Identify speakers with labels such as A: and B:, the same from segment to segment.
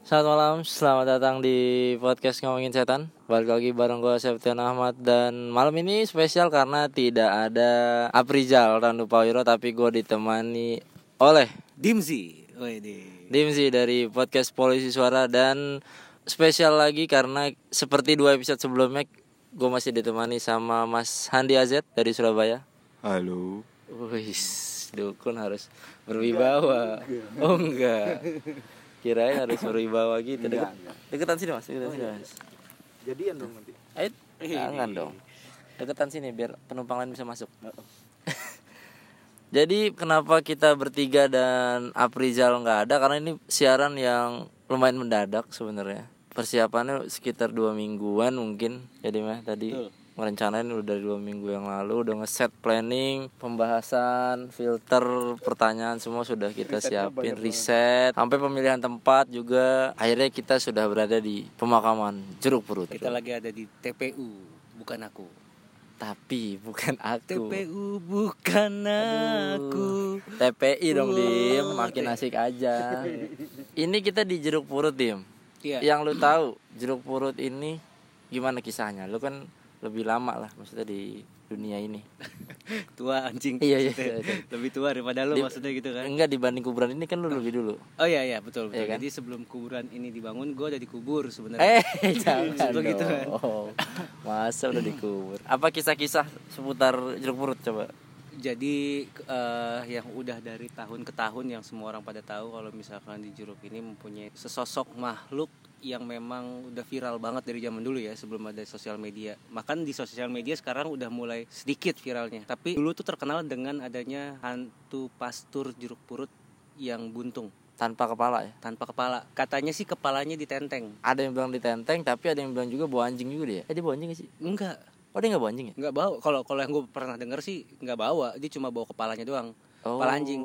A: Selamat malam, selamat datang di podcast Ngomongin Setan. Balik lagi bareng gue Septian Ahmad. Dan malam ini spesial karena tidak ada Aprizal Randu Pawiro, tapi gue ditemani oleh
B: Dimzi
A: dari podcast Polisi Suara. Dan spesial lagi karena seperti 2 episode sebelumnya, gue masih ditemani sama Mas Handi AZ dari Surabaya.
C: Halo.
A: Wih, dukun harus berwibawa. Oh enggak, kirain harus berwibawa gitu. Deketan sini mas,
C: Jadian dong nanti.
A: Ayo, jangan dong. Deketan sini biar penumpang lain bisa masuk. Jadi kenapa kita bertiga dan Aprizal nggak ada? Karena ini siaran yang lumayan mendadak sebenarnya. Persiapannya sekitar 2 mingguan mungkin. Jadi mah tadi merencanain udah dari 2 minggu yang lalu, udah ngeset planning, pembahasan, filter, pertanyaan semua sudah kita siapin, riset, sampai pemilihan tempat juga. Akhirnya kita sudah berada di pemakaman Jeruk Purut.
B: Kita lagi ada di TPU, bukan aku.
A: Tapi bukan aku.
B: TPU bukan aku.
A: TPI dong Dim, makin asik aja. Ini kita di Jeruk Purut Dim.
B: Iya.
A: Yang lu tahu Jeruk Purut ini gimana kisahnya? Lu kan lebih lama lah maksudnya di dunia ini.
B: Tua anjing.
A: Iya.
B: Lebih tua daripada lu maksudnya gitu kan.
A: Enggak, dibanding kuburan ini kan lu lebih dulu.
B: Oh iya betul.
A: Iya kan?
B: Jadi sebelum kuburan ini dibangun gue udah dikubur sebenarnya.
A: Jangan dong.
B: Gitu kan.
A: Masa udah dikubur. Apa kisah-kisah seputar Jeruk Purut coba?
B: Jadi yang udah dari tahun ke tahun yang semua orang pada tahu kalau misalkan di Jeruk ini mempunyai sesosok makhluk yang memang udah viral banget dari zaman dulu ya, sebelum ada sosial media. Makan di sosial media sekarang udah mulai sedikit viralnya. Tapi dulu tuh terkenal dengan adanya hantu pastur Jeruk Purut yang buntung.
A: Tanpa kepala ya?
B: Tanpa kepala. Katanya sih kepalanya ditenteng.
A: Ada yang bilang ditenteng, tapi ada yang bilang juga bawa anjing juga dia. Dia bawa anjing gak sih?
B: Enggak.
A: Oh dia gak bawa anjing ya?
B: Enggak bawa. Kalau yang gue pernah denger sih enggak bawa. Dia cuma bawa kepalanya doang. Kepala anjing.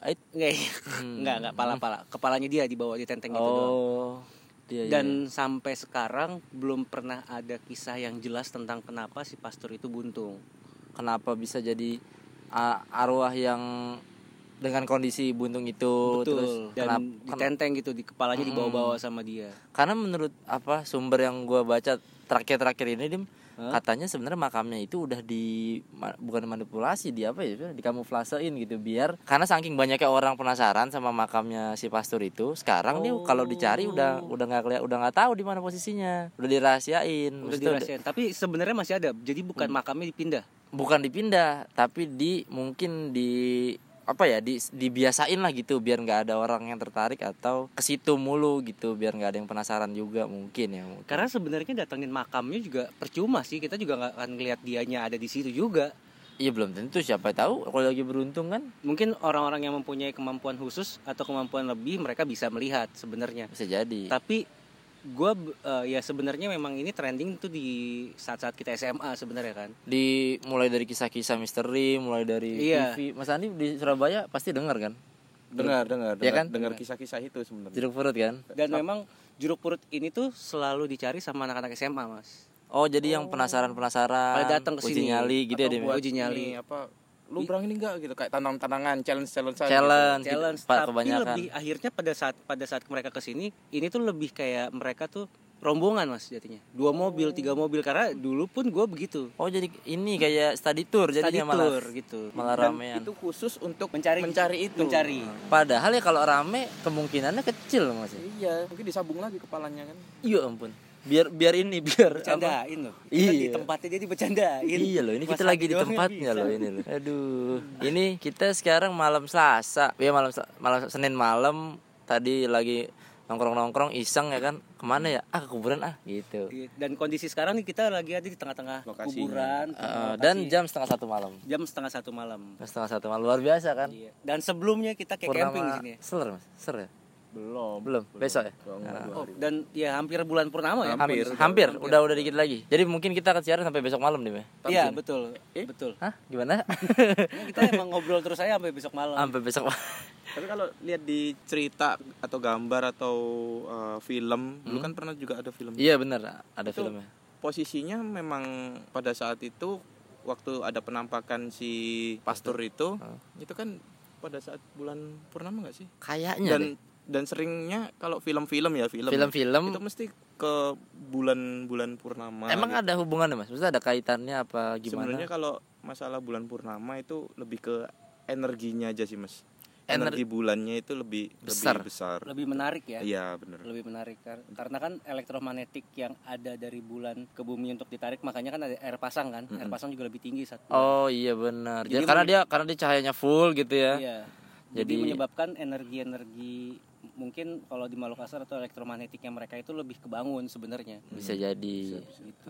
B: Enggak pala. Kepalanya dia dibawa ditenteng gitu doang. Dan sampai sekarang belum pernah ada kisah yang jelas tentang kenapa si pastor itu buntung.
A: Kenapa bisa jadi arwah yang dengan kondisi buntung itu.
B: Betul.
A: Terus
B: dan ditenteng gitu di kepalanya, dibawa-bawa sama dia.
A: Karena menurut sumber yang gue baca terakhir ini Dim, katanya sebenarnya makamnya itu udah bukan manipulasi, dikamuflasein gitu, biar karena saking banyaknya orang penasaran sama makamnya si pastor itu, sekarang nih kalau dicari udah nggak tahu di mana posisinya, udah dirahasiain.
B: Tapi sebenarnya masih ada. Jadi bukan makamnya
A: dipindah, tapi mungkin dibiasain lah gitu, biar nggak ada orang yang tertarik atau ke situ mulu gitu, biar nggak ada yang penasaran juga mungkin.
B: Karena sebenarnya datengin makamnya juga percuma sih, kita juga nggak akan ngelihat dianya ada di situ juga.
A: Iya, belum tentu, siapa tahu kalau lagi beruntung kan.
B: Mungkin orang-orang yang mempunyai kemampuan khusus atau kemampuan lebih, mereka bisa melihat sebenarnya.
A: Bisa jadi.
B: Tapi gue ya sebenarnya memang ini trending tuh di saat-saat kita SMA sebenarnya kan.
A: Mulai dari kisah-kisah misteri, mulai dari TV. Mas Andi di Surabaya pasti dengar kan?
C: Dengar
A: ya kan?
C: Dengar kisah-kisah itu sebenarnya.
A: Jeruk Purut kan?
B: Dan memang Jeruk Purut ini tuh selalu dicari sama anak-anak SMA, Mas.
A: Oh, jadi yang penasaran
B: pada datang ke sini
A: uji nyali gitu ya,
B: uji nyali.
C: Lu berani enggak gitu, kayak tantangan challenge
A: gitu.
B: Tapi lebih akhirnya pada saat mereka kesini, ini tuh lebih kayak mereka tuh rombongan Mas jadinya, 2 mobil 3 mobil, karena dulu pun gue begitu.
A: Oh, jadi ini kayak study tour jadinya, malah
B: gitu.
A: Malah ramean.
C: Itu khusus untuk
B: mencari itu.
A: Padahal ya kalau rame kemungkinannya kecil Mas.
C: Iya, mungkin disambung lagi kepalanya kan.
A: Iya ampun. Biar
B: bercandain loh. Kita di tempatnya jadi bercandain.
A: Iya loh, ini kita lagi di tempatnya loh ini loh. Aduh. Ini kita sekarang malam Selasa. Ya malam Senin malam, tadi lagi nongkrong iseng ya kan. Kemana ya? Ke kuburan gitu.
B: Dan kondisi sekarang nih kita lagi ada di tengah-tengah kuburan.
A: Dan jam 12:30 malam.
B: Jam 12:30 malam.
A: Luar biasa kan?
B: Iya. Dan sebelumnya kita kayak camping di sini.
A: Ser ya?
C: Belum.
A: Besok ya?
B: Dan ya hampir bulan purnama ya?
A: Hampir. Udah dikit lagi. Jadi mungkin kita akan siaran sampai besok malam nih,
B: Iya, betul. Betul.
A: Hah? Gimana?
B: Kita emang ngobrol terus aja sampai besok malam.
C: Tapi kalau lihat di cerita atau gambar atau film, dulu kan pernah juga ada film.
A: Iya, benar, ada filmnya.
C: Posisinya memang pada saat itu waktu ada penampakan si pastor itu kan pada saat bulan purnama nggak sih?
A: Kayaknya.
C: Dan seringnya kalau film-film
A: Film-film
C: itu mesti ke bulan purnama.
A: emang
C: gitu.
A: ada hubungannya Mas? Maksudnya ada kaitannya apa gimana?
C: Sebenarnya kalau masalah bulan purnama itu lebih ke energinya aja sih Mas.
A: Ener-
C: Energi bulannya itu lebih
A: Besar.
C: besar.
B: Lebih menarik ya.
C: Iya benar.
B: Lebih menarik karena kan elektromagnetik yang ada dari bulan ke bumi untuk ditarik, makanya kan ada air pasang kan. Air pasang juga lebih tinggi saat bulan.
A: Oh iya benar.
B: Jadi
A: Karena dia cahayanya full gitu ya.
B: Iya. Jadi menyebabkan energi-energi mungkin kalau di makhluk asar atau elektromagnetiknya mereka itu lebih kebangun sebenarnya.
A: Bisa jadi.
B: Gitu.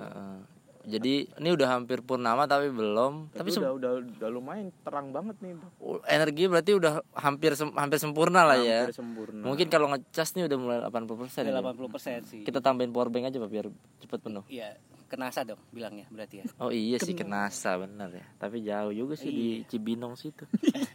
A: Jadi ini udah hampir purnama tapi belum.
C: Tapi udah lumayan terang banget nih.
A: Energi berarti udah hampir sempurna lah ya.
C: Hampir sempurna.
A: Mungkin kalau ngecas nih udah mulai 80%.
B: Ada
A: ya.
B: 80% sih.
A: Kita tambahin power bank aja Pak biar cepet penuh.
B: Iya, ke NASA dong bilangnya berarti ya.
A: Oh iya sih ke NASA bener ya. Tapi jauh juga sih di Cibinong situ.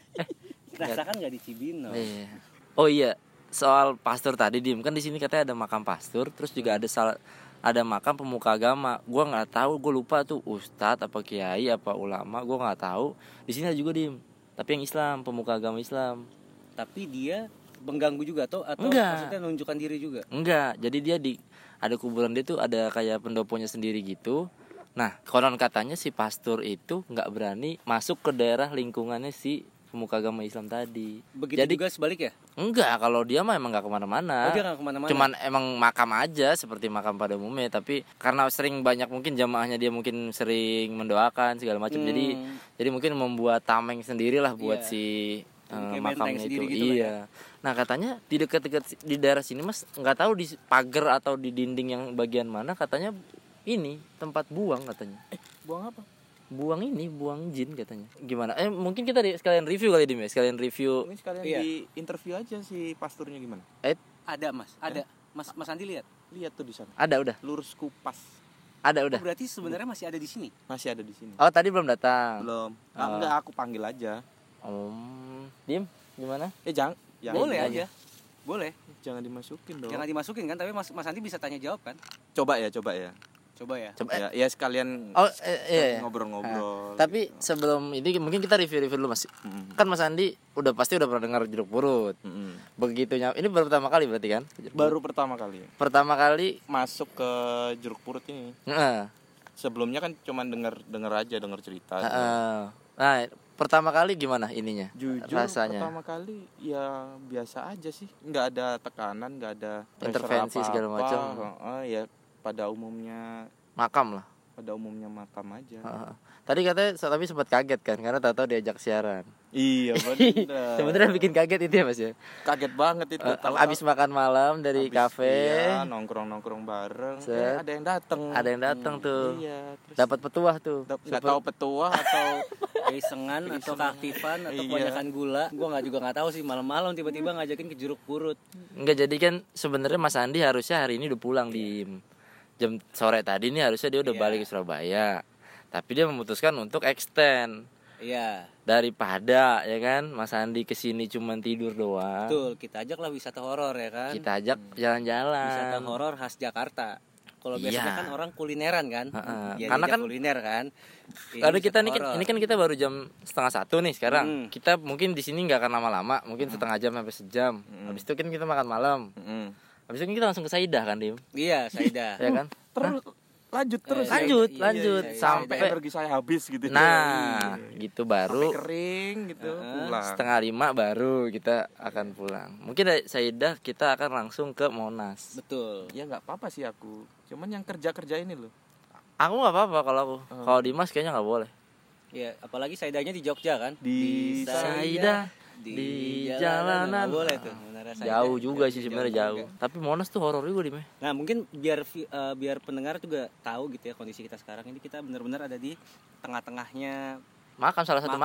B: NASA kan nggak di Cibinong.
A: Iya. Oh iya, soal pastor tadi Dim, kan di sini katanya ada makam pastor, terus juga ada makam pemuka agama. Gua nggak tahu, gue lupa tuh ustadz apa kiai apa ulama, gua nggak tahu. Di sini ada juga Dim, tapi yang Islam, pemuka agama Islam.
B: Tapi dia mengganggu juga atau
A: Enggak.
B: maksudnya menunjukkan diri juga.
A: Enggak, jadi dia ada kuburan dia tuh ada kayak pendoponya sendiri gitu. Nah, konon katanya si pastor itu nggak berani masuk ke daerah lingkungannya si pemuka agama Islam tadi.
B: Begitu
A: Jadi
B: juga sebalik ya?
A: enggak, kalau dia mah emang nggak kemana-mana.
B: Oh, dia nggak kemana-mana.
A: Cuman emang makam aja seperti makam pada umumnya. Tapi karena sering banyak mungkin jamaahnya dia mungkin sering mendoakan segala macam. Jadi mungkin membuat tameng sendiri lah buat
B: Iya.
A: si
B: Kayak
A: makamnya
B: benteng
A: itu.
B: sendiri gitu lah
A: Iya. Nah katanya di dekat-dekat di daerah sini Mas nggak tahu di pagar atau di dinding yang bagian mana katanya ini tempat buang katanya.
C: Buang apa?
A: Buang jin katanya. Gimana? Mungkin kita sekalian review kali Dim ya. Sekalian review.
C: Ini sekalian
B: Iya.
C: di interview aja si pasturnya gimana?
B: Ada Mas, ada. Mas Andi lihat.
C: Lihat tuh di sana.
A: Ada udah.
C: Lurus kupas.
A: Ada
B: Oh,
A: udah.
B: berarti sebenarnya masih ada di sini.
C: Masih ada di sini.
A: Oh tadi belum datang.
C: Belum. Enggak, aku panggil aja.
A: Dim gimana?
C: Jangan.
B: Boleh aja. Boleh.
C: Jangan dimasukin dong.
B: Jangan dimasukin kan, tapi Mas Andi bisa tanya jawab kan?
C: Coba ya.
B: Coba ya.
A: Coba.
C: Ya sekalian
A: Oh iya.
C: ngobrol-ngobrol.
A: Tapi sebelum ini mungkin kita review dulu Mas. Kan Mas Andi pasti udah pernah dengar jeruk purut. Begitu ini baru pertama kali berarti kan?
C: Baru pertama kali.
A: Pertama kali
C: Masuk ke jeruk purut ini.
A: Heeh.
C: Sebelumnya kan cuman dengar cerita.
A: Nah, pertama kali gimana ininya?
C: Jujur
A: rasanya.
C: pertama kali ya biasa aja sih. Nggak ada tekanan, nggak ada pressure
A: Intervensi
C: apa-apa.
A: segala macam.
C: Ya pada umumnya
A: Makam lah.
C: makam aja.
A: Tadi katanya tapi sempat kaget kan karena tahu-tahu diajak siaran.
C: Iya benar.
A: Sebenarnya bikin kaget itu ya Mas ya.
C: Kaget banget itu.
A: Abis makan malam dari kafe.
C: Iya, nongkrong bareng. Ada yang datang.
A: Ada yang datang tuh.
C: Iya. Terus
A: Dapat petuah tuh.
C: nggak tahu petua atau
B: Keisengan atau keaktifan atau kebanyakan gula. Gua nggak tahu sih, malam-malam tiba-tiba ngajakin ke jeruk purut.
A: Enggak, jadi kan sebenarnya Mas Andi harusnya hari ini udah pulang di jam sore tadi nih, harusnya dia udah balik ke Surabaya. Tapi dia memutuskan untuk extend.
B: Iya.
A: Daripada ya kan Mas Andi kesini cuman tidur doang.
B: Betul, kita ajaklah wisata horor ya kan.
A: Kita ajak jalan-jalan.
B: Wisata horor khas Jakarta. Kalau biasanya kan orang kulineran kan. Ya,
A: karena kan
B: kuliner kan.
A: Karena kita
B: wisata
A: ini kan kita baru jam 12:30 nih sekarang. Kita mungkin di sini nggak akan lama-lama, mungkin setengah jam sampai sejam. Habis itu kan kita makan malam. Habis itu kan kita langsung ke Saidah kan, Dim?
B: Iya, Saidah.
A: Ya kan?
C: terus lanjut
A: lanjut
C: sampai energi saya habis gitu.
A: Nah, gitu baru
C: sampai kering gitu pulang.
A: 4:30 baru kita akan pulang. Mungkin dari Saidah kita akan langsung ke Monas.
B: Betul.
C: Ya nggak apa-apa sih aku. Cuman yang kerja ini loh.
A: Aku nggak apa-apa kalau aku. Kalau Dimas kayaknya nggak boleh.
B: Ya, apalagi Saidahnya di Jogja kan?
A: Di Saidah di jalanan.
B: Nggak boleh tuh.
A: Jauh juga sih sebenarnya jauh. Tapi Monas tuh horor juga Dim.
B: Nah, mungkin biar pendengar juga tahu gitu ya kondisi kita sekarang ini, kita benar-benar ada di tengah-tengahnya
A: salah satu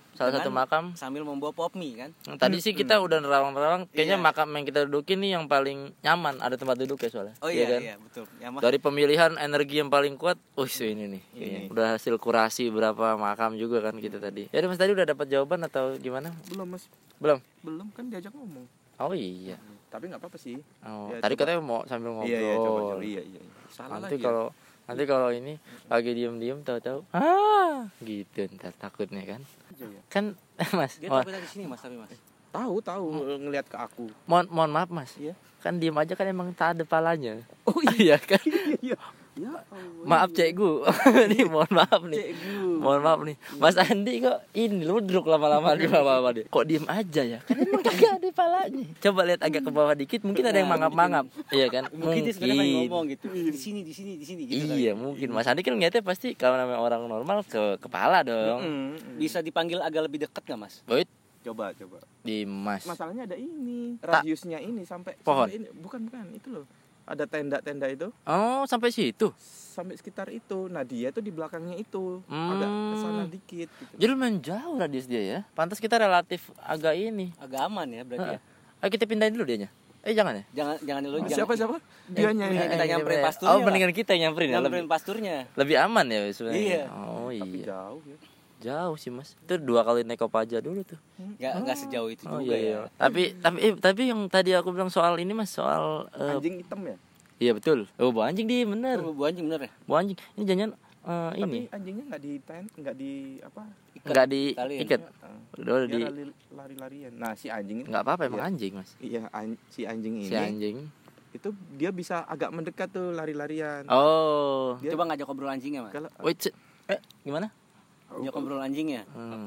A: makam
B: sambil membawa pop mie kan.
A: Tadi sih kita udah nerawang-nerawang kayaknya makam yang kita dudukin nih yang paling nyaman, ada tempat duduk ya soalnya.
B: Oh iya,
A: kan?
B: iya betul.
A: Dari pemilihan energi yang paling kuat, ini nih kayaknya. Udah hasil kurasi berapa makam juga kan kita tadi. Ya Mas, tadi udah dapat jawaban atau gimana?
C: Belum Mas.
A: Belum
C: kan diajak ngomong.
A: Oh iya.
C: Tapi nggak apa-apa sih.
A: Ya, tadi katanya mau sambil ngobrol.
C: Iya, coba. Iya. Salah
A: Nanti kalau ini lagi diem-diem tahu-tahu gitu ntar takutnya kan.
C: Ya.
A: Kan Mas.
B: Dia tapi di sini Mas,
C: Tahu ngelihat ke aku.
A: Mohon maaf Mas.
C: Iya.
A: Kan diem aja kan emang tak ada palanya.
C: Oh
A: Iya kan?
C: iya. Ya,
A: Maaf Cekgu. Nih mohon maaf nih.
C: Cekgu.
A: Mohon maaf nih. Mas Andi kok ini ludruk lama-lama di bawah dia. Kok diem aja ya? Kan emang kagak ada palanya. Coba lihat agak ke bawah dikit, mungkin ada yang mangap-mangap. Iya kan?
B: Mungkin dia sebenarnya pengen ngomong gitu. Di sini gitu.
A: Iya, mungkin Mas Andi kan ngeliatnya pasti kalau namanya orang normal ke kepala dong.
B: Bisa dipanggil agak lebih dekat enggak, Mas?
A: Wait,
C: Coba.
A: Dimas.
C: Masalahnya ada ini, radiusnya ini sampai
A: Pohon.
C: sampai ini. Bukan, itu loh. Ada tenda-tenda itu
A: Oh, sampai situ.
C: sampai sekitar itu. Nah, dia tuh di belakangnya itu. Agak ke sana dikit gitu.
A: Jadi lumayan jauh radius dia ya. Pantas kita relatif agak ini.
B: Agak aman ya berarti ya.
A: Ayo kita pindahin dulu dianya. Jangan ya?
B: Jangan lu
C: Siapa? Dianya
B: Mendingan kita nyamperin
A: ini.
B: pasturnya.
A: Oh, mendingan kita yang nyamperin ya.
B: Nyamperin pasturnya.
A: Lebih aman ya sebenarnya.
B: Iya.
A: Oh
C: Tapi
A: iya.
C: jauh ya.
A: Jauh sih Mas. Itu 2 kali naik aja dulu tuh.
B: Enggak sejauh itu
A: Oh
B: juga
A: iya.
B: ya.
A: Tapi yang tadi aku bilang soal ini Mas, soal
C: Anjing hitam ya?
A: iya betul. Oh, bu anjing dia bener.
B: Bu anjing bener ya?
A: Bu anjing. Ini jangan ini
C: Tapi anjingnya enggak di apa?
A: enggak
B: Tali ya?
A: diikat. Udah
C: Dia
A: di
C: lari-larian. Nah, si anjing ini
A: enggak apa-apa emang
C: Iya.
A: anjing Mas.
C: Iya, si anjing ini.
A: Si anjing.
C: Itu dia bisa agak mendekat tuh lari-larian.
A: Oh.
C: Dia-
B: Coba ngajak ngobrol anjingnya, Mas.
C: Kalau
A: Wait, gimana?
B: Ngajak ngobrol anjingnya.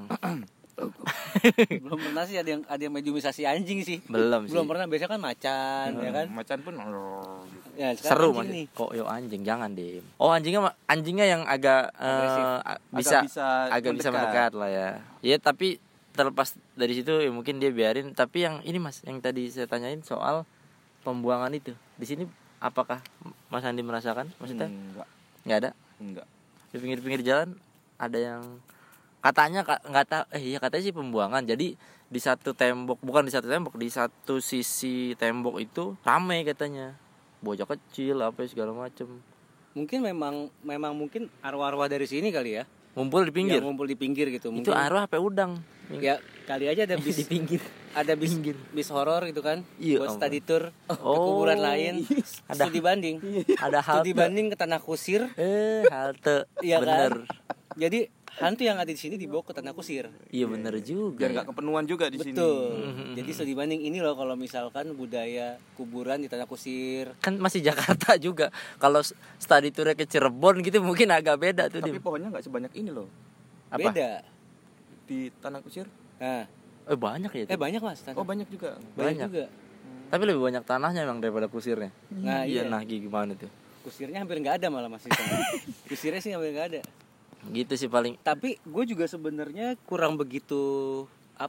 A: Hmm.
B: Belum pernah sih ada yang mediumisasi anjing sih.
A: Belum sih.
B: Belum pernah, biasanya kan macan ya kan.
C: macan pun gitu.
B: Ya,
A: Seru
B: sekarang
A: Mas.
B: anjing nih.
A: Kok yo anjing jangan deh. Oh, anjingnya yang agak
B: Agresif.
A: bisa mendekat lah ya. Iya, tapi terlepas dari situ ya mungkin dia biarin, tapi yang ini Mas, yang tadi saya tanyain soal pembuangan itu. Di sini apakah Mas Andi merasakan? Maksudnya nggak ada?
C: Enggak.
A: Di pinggir-pinggir jalan ada yang katanya nggak tahu katanya sih pembuangan. Jadi di satu tembok, bukan di satu tembok, di satu sisi tembok itu ramai katanya, bocah kecil apa segala macem
B: Mungkin memang mungkin arwah-arwah dari sini kali ya.
A: ngumpul di pinggir.
B: Ya, ngumpul di pinggir gitu.
A: Itu arwah apa udang?
B: Ya kali aja ada bis
A: di pinggir.
B: ada bis horor gitu kan.
A: Iya,
B: Buat
A: ampun.
B: study tour ke
A: Oh.
B: kuburan lain.
A: Ada-
B: Studi banding.
A: Ada
B: Studi
A: halte.
B: banding ke Tanah Kusir.
A: Halte.
B: Iya
A: Bener.
B: kan? Jadi hantu yang ada di sini dibawa ke Tanah Kusir.
A: Iya bener juga.
C: Biar enggak kepenuhan juga di sini.
B: Betul. Jadi studi banding ini loh kalau misalkan budaya kuburan di Tanah Kusir.
A: Kan masih Jakarta juga. Kalau study tour ke Cirebon gitu mungkin agak beda tuh.
C: Tapi
A: Dim.
C: pohonnya enggak sebanyak ini loh.
A: Apa?
B: Beda.
C: Di Tanah Kusir.
B: Nah,
A: Banyak ya itu.
B: banyak Mas tanah.
C: Oh, banyak juga.
A: banyak.
B: juga.
A: Tapi lebih banyak tanahnya emang daripada kusirnya.
B: Nah, iya.
A: Nah gimana tuh?
B: Kusirnya hampir nggak ada malah Mas di sana. Kusirnya sih hampir nggak ada.
A: Gitu sih paling.
B: Tapi gue juga sebenarnya kurang begitu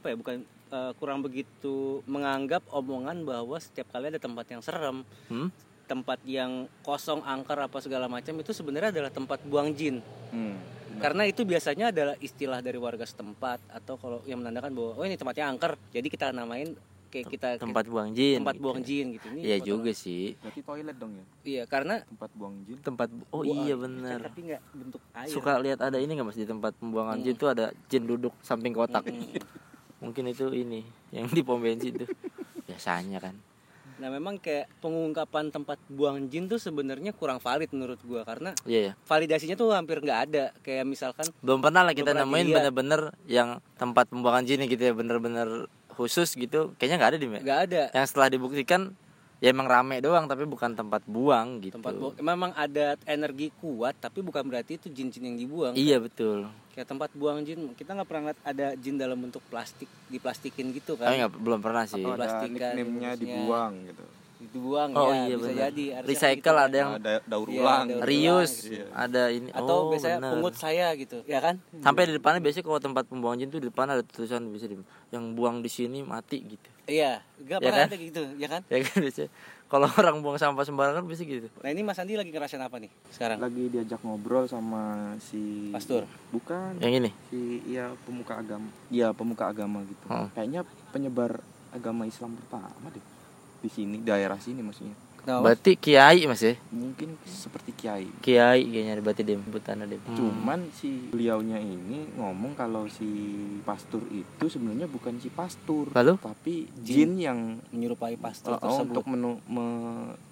B: kurang begitu menganggap omongan bahwa setiap kali ada tempat yang serem, tempat yang kosong, angker apa segala macam itu sebenarnya adalah tempat buang jin. Karena itu biasanya adalah istilah dari warga setempat atau kalau yang menandakan bahwa ini tempatnya angker, jadi kita namain kayak kita
A: Tempat buang jin.
B: tempat buang jin gitu. Ini
A: Iya
B: tempat
A: juga
B: orang-
A: sih.
C: Berarti toilet dong ya.
B: Iya, karena
C: Tempat buang jin.
A: Iya bener.
B: tapi nggak bentuk air.
A: Suka lihat ada ini nggak Mas, di tempat pembuangan jin tuh ada jin duduk samping kotak. Mungkin itu ini yang di pom bensin tuh. Biasanya kan.
B: Nah, memang kayak pengungkapan tempat buang jin tuh sebenarnya kurang valid menurut gua karena
A: Iya ya.
B: validasinya tuh hampir nggak ada. Kayak misalkan
A: Belum pernah lah kita
B: Belum pernah
A: nemuin
B: dilihat.
A: bener-bener yang tempat pembuangan jin gitu ya, bener-bener khusus gitu. Kayaknya nggak ada di
B: nggak ada
A: Yang setelah dibuktikan ya emang rame doang tapi bukan tempat buang gitu.
B: tempat buang. Memang ada energi kuat tapi bukan berarti itu jin-jin yang dibuang.
A: Iya betul.
B: Kayak tempat buang jin, kita nggak pernah lihat ada jin dalam bentuk plastik, diplastikin gitu
A: Tapi
B: kan.
A: belum pernah sih.
C: Atau ada
B: Plastikan,
C: nickname-nya
B: bungkusnya.
C: dibuang gitu.
B: Dibuang
A: Oh
B: ya,
A: iya
B: bisa
A: benar.
B: jadi. Harusnya
A: Recycle
B: gitu kan.
A: ada yang
C: Daur
B: Iya,
C: ulang.
B: daur-
A: reuse,
C: Iya.
A: ada ini.
B: Atau biasanya
A: benar.
B: pungut saya gitu, ya kan?
A: Sampai di depannya biasanya kalau tempat pembuangan jin tuh di depan ada tulisan bisa yang buang di sini mati gitu.
B: Iya, nggak
A: Ya
B: pernah
A: kan?
B: ada gitu, ya kan?
A: Ya kan biasanya kalau orang buang sampah sembarangan bisa gitu.
B: Nah ini Mas Andi lagi ngerasain apa nih sekarang?
C: Lagi diajak ngobrol sama si
B: Pastor.
C: Bukan.
A: Yang ini.
C: Pemuka agama. Iya, pemuka agama gitu.
A: Oh.
C: Kayaknya penyebar agama Islam pertama deh. Di sini, daerah sini maksudnya.
B: Nah,
A: Berarti kiai Mas ya?
C: Mungkin seperti kiai.
A: Kiai kayaknya berarti dia sebutannya dia.
C: Cuman si beliaunya ini ngomong kalau si pastur itu sebenarnya bukan si pastur,
A: Lalu?
C: tapi jin yang
B: menyerupai pastor tersebut.
C: untuk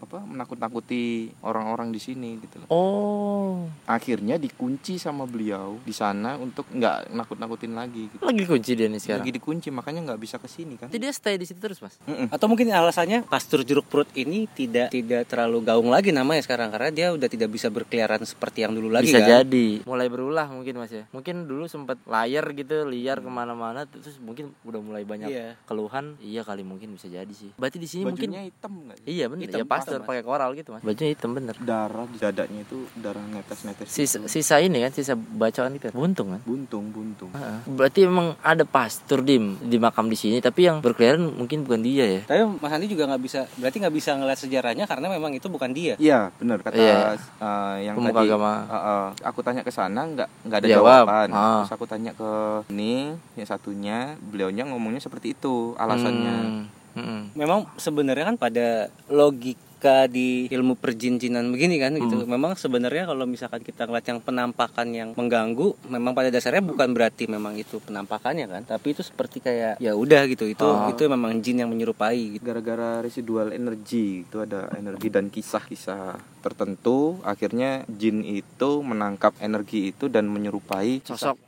C: menakut-nakuti orang-orang di sini gitu loh.
A: Oh,
C: Akhirnya dikunci sama beliau di sana untuk nggak nakut-nakutin lagi gitu.
A: lagi kunci dia nih sekarang.
C: Lagi dikunci, makanya nggak bisa ke sini kan.
A: Jadi dia stay di situ terus, Mas.
B: Atau mungkin alasannya pastur jeruk purut ini tidak terlalu gaung lagi namanya sekarang karena dia udah tidak bisa berkeliaran seperti yang dulu lagi
A: Bisa
B: kan.
A: jadi mulai berulah mungkin, Mas ya. Mungkin dulu sempat liar gitu, liar kemana-mana, terus mungkin udah mulai banyak
B: Iya.
A: keluhan. Iya kali, mungkin bisa jadi sih. Berarti di sini mungkin
C: Bajunya hitam nggak sih?
A: iya bener
B: Hitam,
A: ya, pastor
B: Mas.
A: pakai koral gitu, Mas. Bajunya hitam bener.
C: Darah di dadanya itu darah netes-netes.
A: Sisa ini kan, sisa bacaan itu buntung kan.
C: Buntung.
A: Heeh. Berarti emang ada pastor di makam di sini, tapi yang berkeliaran mungkin bukan dia ya.
B: Tapi Mas Andi juga berarti nggak bisa ngeliat sejarahnya karena memang itu bukan dia.
C: Iya, benar kata
A: Iya.
C: yang
A: Pemuka
C: tadi.
A: agama.
C: Aku tanya ke sana nggak ada
A: Jawab.
C: jawaban.
A: Ah.
C: Terus aku tanya ke ini yang satunya, beliaunya ngomongnya seperti itu alasannya.
B: Memang sebenarnya kan pada logika di ilmu perjin-jinan begini kan gitu. Memang sebenarnya kalau misalkan kita ngeliat yang penampakan yang mengganggu, memang pada dasarnya bukan berarti memang itu penampakannya kan, tapi itu seperti kayak ya udah gitu. Itu memang jin yang menyerupai gitu.
C: Gara-gara residual energi itu ada energi dan kisah-kisah tertentu, akhirnya jin itu menangkap energi itu dan menyerupai
A: Sosok.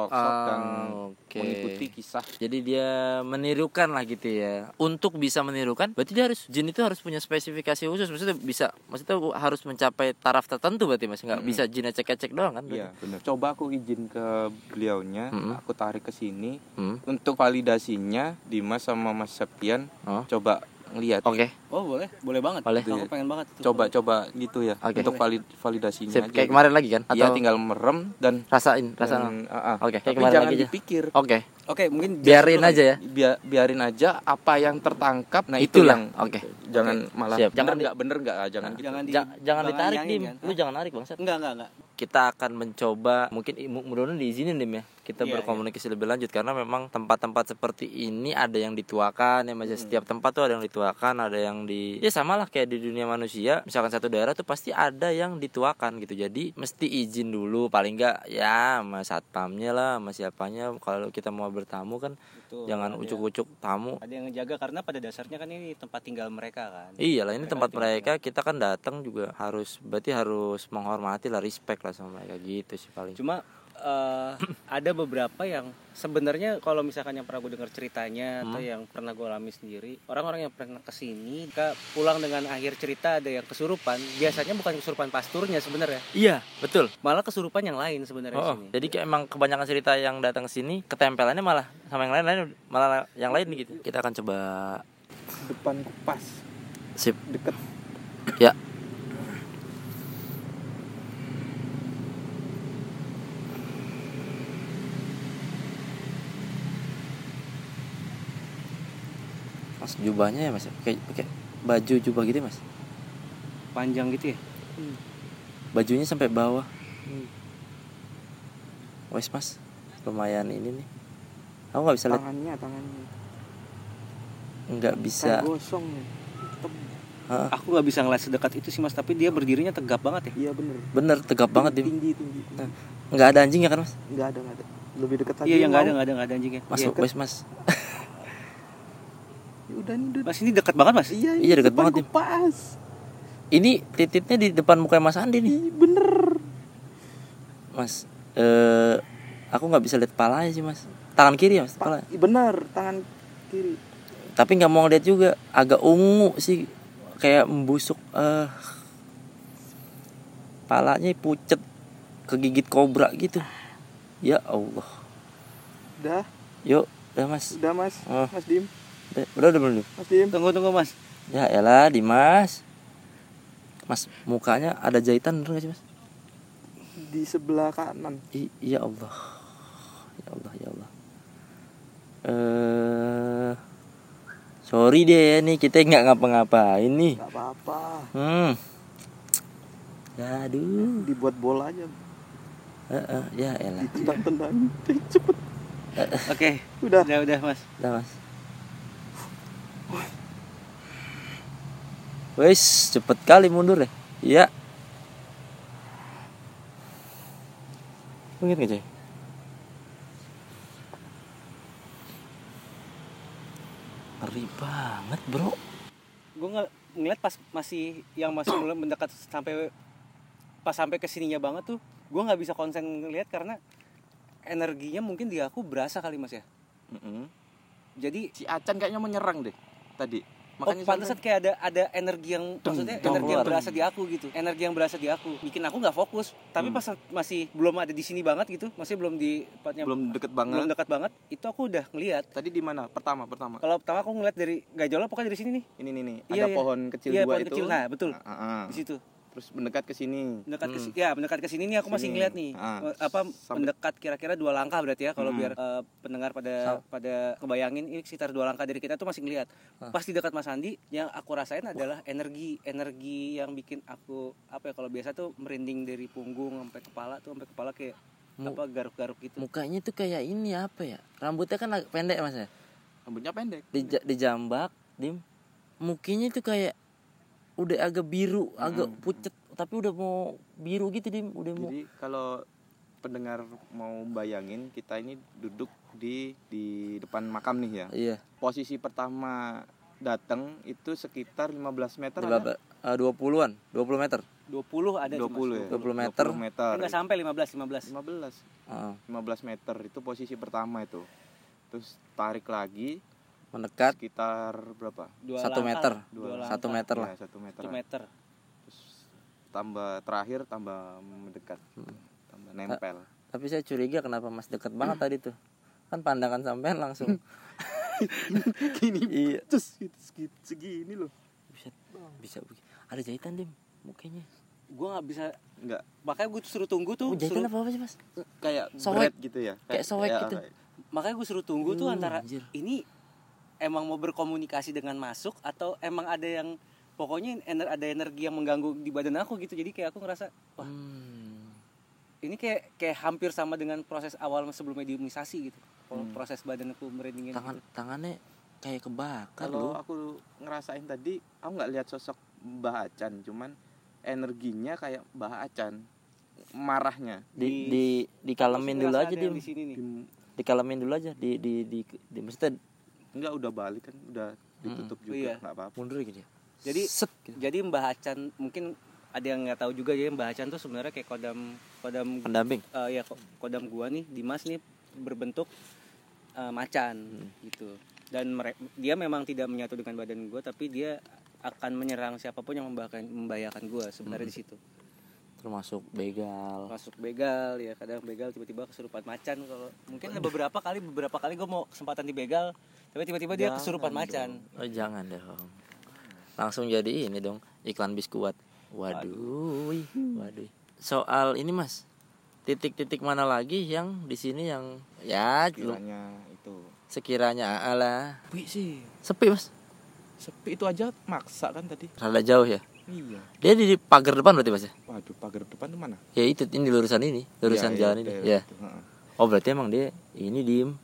C: dan
A: Oke.
C: mengikuti kisah.
A: Jadi dia menirukan lah gitu ya. Untuk bisa menirukan, berarti dia jin itu harus punya spesifikasi khusus. Maksudnya harus mencapai taraf tertentu berarti, Mas. Nggak bisa jin ecek-ecek doang kan?
C: Iya, benar. Coba aku izin ke beliaunya, aku tarik ke sini untuk validasinya Dimas sama Mas Septian. Coba ngelihat.
A: Oke.
B: Oh boleh banget.
A: Boleh.
B: Aku pengen banget itu.
C: Coba gitu ya.
A: Oke.
C: Untuk validasinya
A: Sip,
C: aja.
A: kayak kemarin lagi kan?
C: Iya,
A: Atau
C: tinggal merem dan
A: rasain. Oke, kayak
C: tapi
A: kemarin
C: jangan
A: lagi aja.
C: dipikir.
A: Oke.
B: Oke, mungkin
A: Biarin aja ya.
C: Biarin aja apa yang tertangkap. Nah,
A: Itulah.
C: itu yang
A: Oke.
C: Jangan malah
A: Siap.
C: bener nggak jangan gitu.
A: Jangan ditarik, Dim.
B: kan?
A: Lu jangan narik, Bangsat.
B: Enggak.
A: Kita akan mencoba, mungkin mudah-mudahan diizinin, Dim ya. Kita
B: Iya,
A: berkomunikasi lebih lanjut karena memang tempat-tempat seperti ini ada yang dituakan ya, Mas. Setiap tempat tuh ada yang dituakan, ada yang ya samalah kayak di dunia manusia. Misalkan satu daerah tuh pasti ada yang dituakan gitu. Jadi mesti izin dulu paling enggak ya sama satpamnya lah, sama siapanya kalau kita mau bertamu kan.
B: Betul,
A: jangan ucuk-ucuk tamu.
B: Ada yang ngejaga karena pada dasarnya kan ini tempat tinggal mereka kan.
A: Iyalah, ini tempat mereka, kita kan datang juga berarti harus menghormati lah, respect lah sama mereka gitu sih paling.
B: Cuma ada beberapa yang sebenarnya kalau misalkan yang pernah gue dengar ceritanya atau yang pernah gue alami sendiri, orang-orang yang pernah kesini pulang dengan akhir cerita ada yang kesurupan. Biasanya bukan kesurupan pasturnya sebenarnya.
A: Iya, betul.
B: Malah kesurupan yang lain sebenarnya di sini.
A: Jadi kayak emang kebanyakan cerita yang datang ke sini ketempelannya malah sama yang lain malah yang lain gitu. Kita akan coba
C: Depan kupas.
A: sip
C: Deket.
A: ya. Mas, jubahnya ya, Mas, pakai baju jubah gitu ya, Mas.
B: Panjang gitu ya.
A: Bajunya sampai bawah. Wes, Mas, lumayan ini nih. Aku nggak bisa lihat.
C: Tangannya
A: Nggak bisa.
C: gosong.
B: Aku nggak bisa ngeliat sedekat itu sih Mas, tapi dia berdirinya tegap banget ya.
C: Iya bener.
A: Bener tegap banget, Dim.
C: Tinggi.
A: Nggak ada anjing ya kan, Mas?
C: Nggak ada. Lebih dekat lagi.
B: Iya, yang nggak ada anjingnya.
A: Masuk,
B: Iya.
A: wes, Mas.
C: Udah nih.
B: Mas ini dekat banget Mas.
A: Iya, dekat banget, Dim.
C: Kupas.
A: Ini titiknya di depan muka Mas Andi nih.
C: Bener.
A: Mas, aku nggak bisa lihat palanya sih, Mas. Tangan kiri ya, Mas, pala.
C: Bener, tangan kiri.
A: Tapi nggak mau lihat juga, agak ungu sih, kayak membusuk. Palanya pucet, kegigit kobra gitu. Ya Allah.
C: Udah,
A: Yuk, udah Mas.
C: Mas.
A: Oh.
C: Mas Dim.
A: Udah belum?
C: Mas Dim.
B: Tunggu Mas.
A: Ya elah, Dimas. Mas, mukanya ada jahitan bener gak sih, Mas?
C: Di sebelah kanan.
A: Ya Allah. Ya Allah. Sorry deh ya nih, kita nggak ngapa-ngapain nih.
C: Gak apa-apa.
A: Aduh.
C: Dibuat bola aja.
A: Ya elah.
C: Tendang-tendang. Cepet.
B: Oke.
C: Udah
B: Mas.
A: Udah, Mas. Wes, cepet kali mundur ya. Iya. Ingat gak, Coy? Ngeri banget, bro.
B: Gue nggak ngeliat pas masih mulai mendekat sampai kesininya banget tuh, gue nggak bisa konsen ngeliat karena energinya mungkin di aku berasa kali Mas ya. Jadi
C: Si Acan kayaknya menyerang deh tadi.
B: makanya pantesan kayak ada energi yang maksudnya energi yang berasa di aku gitu, energi yang berasa di aku bikin aku nggak fokus. Tapi pas masih belum ada di sini banget gitu, masih belum di tempatnya,
C: belum dekat banget,
B: itu aku udah ngelihat.
C: Tadi di mana pertama
B: Kalau pertama aku ngeliat dari gajolnya pokoknya dari sini nih,
C: ini nih
B: Iya,
C: ada pohon kecil
B: iya,
C: dua
B: pohon
C: itu
B: kecil. Nah betul di situ
C: terus mendekat ke sini
B: mendekat ke sini nih aku masih
C: Sini.
B: ngeliat nih mendekat kira-kira 2 langkah berarti ya kalau biar pendengar pada kebayangin ini sekitar 2 langkah dari kita tuh masih ngeliat. Pas di dekat Mas Andi yang aku rasain adalah energi yang bikin aku apa ya, kalau biasa tuh merinding dari punggung sampai kepala kayak garuk-garuk gitu.
A: Mukanya tuh kayak ini apa ya, rambutnya kan agak pendek Mas ya,
C: rambutnya pendek
A: dijambak dim, mukanya tuh kayak udah agak biru, agak pucet, tapi udah mau biru gitu dim, udah mau.
C: Jadi kalau pendengar mau bayangin, kita ini duduk di depan makam nih ya.
A: Iya.
C: Posisi pertama datang itu sekitar 15 meter
A: 20-an, 20 meter.
B: 20 ada
C: 20 ya.
A: 20 meter.
B: Enggak sampai 15.
C: 15 meter itu posisi pertama itu. Terus tarik lagi
A: Mendekat
C: sekitar berapa?
A: 1 meter. 1 meter lah.
C: Ya, 1 meter.
B: 1 meter.
C: Terus terakhir tambah mendekat. Tambah nempel.
A: Tapi saya curiga kenapa Mas dekat banget tadi tuh. Kan pandangan sampean langsung
C: Gini.
A: Iya.
C: Terus segini loh.
A: Bisa begini. Ada jahitan dim mukanya.
B: Gue nggak bisa,
C: Enggak.
B: makanya gue suruh tunggu tuh.
A: Jahitan apa sih Mas?
C: Kayak
A: Soek.
C: bread gitu ya.
A: Kayak soek gitu.
B: Makanya gue suruh tunggu tuh antara
A: Anjir.
B: ini emang mau berkomunikasi dengan masuk atau emang ada yang pokoknya ada energi yang mengganggu di badan aku gitu. Jadi kayak aku ngerasa wah ini kayak hampir sama dengan proses awal sebelum mediumisasi gitu. Proses badan aku merindingin gitu.
A: Tangannya kayak kebakar
C: Kalau
A: loh.
C: aku ngerasain tadi, aku nggak lihat sosok Mbah Acan, cuman energinya kayak Mbah Acan, marahnya.
A: Dikalemin dulu aja
B: dim
A: dim.
B: di sini nih.
A: Dikalemin dulu aja di maksudnya
C: Enggak, udah balik kan, udah ditutup juga,
B: Iya.
C: nggak apa-apa.
A: mundur gitu ya.
B: Jadi
A: Set, gitu.
B: jadi Mbah Acan mungkin ada yang nggak tahu juga ya, Mbah Acan tuh sebenarnya kayak kodam
A: Pendamping.
B: ya kodam gua nih, Dimas nih berbentuk macan gitu. Dan dia memang tidak menyatu dengan badan gua, tapi dia akan menyerang siapapun yang membahayakan gua sebenarnya di situ.
A: Termasuk begal.
B: Masuk begal ya, kadang begal tiba-tiba kesurupan macan. Kalau mungkin beberapa kali gua mau kesempatan di begal, tapi tiba-tiba dia kesurupan macan.
A: Oh jangan dong. Langsung jadi ini dong, iklan biskuat. Waduh. Soal ini Mas, titik-titik mana lagi yang di sini yang ya
C: Kiranya itu.
A: sekiranya ala
C: Sepi sih.
A: sepi Mas,
C: Sepi itu aja maksa kan tadi.
A: rada jauh ya.
C: Iya.
A: Dia di pagar depan berarti Mas ya?
C: Waduh, pagar depan tuh mana?
A: Ya itu ini lurusan jalan ini. Ya. Oh berarti emang dia ini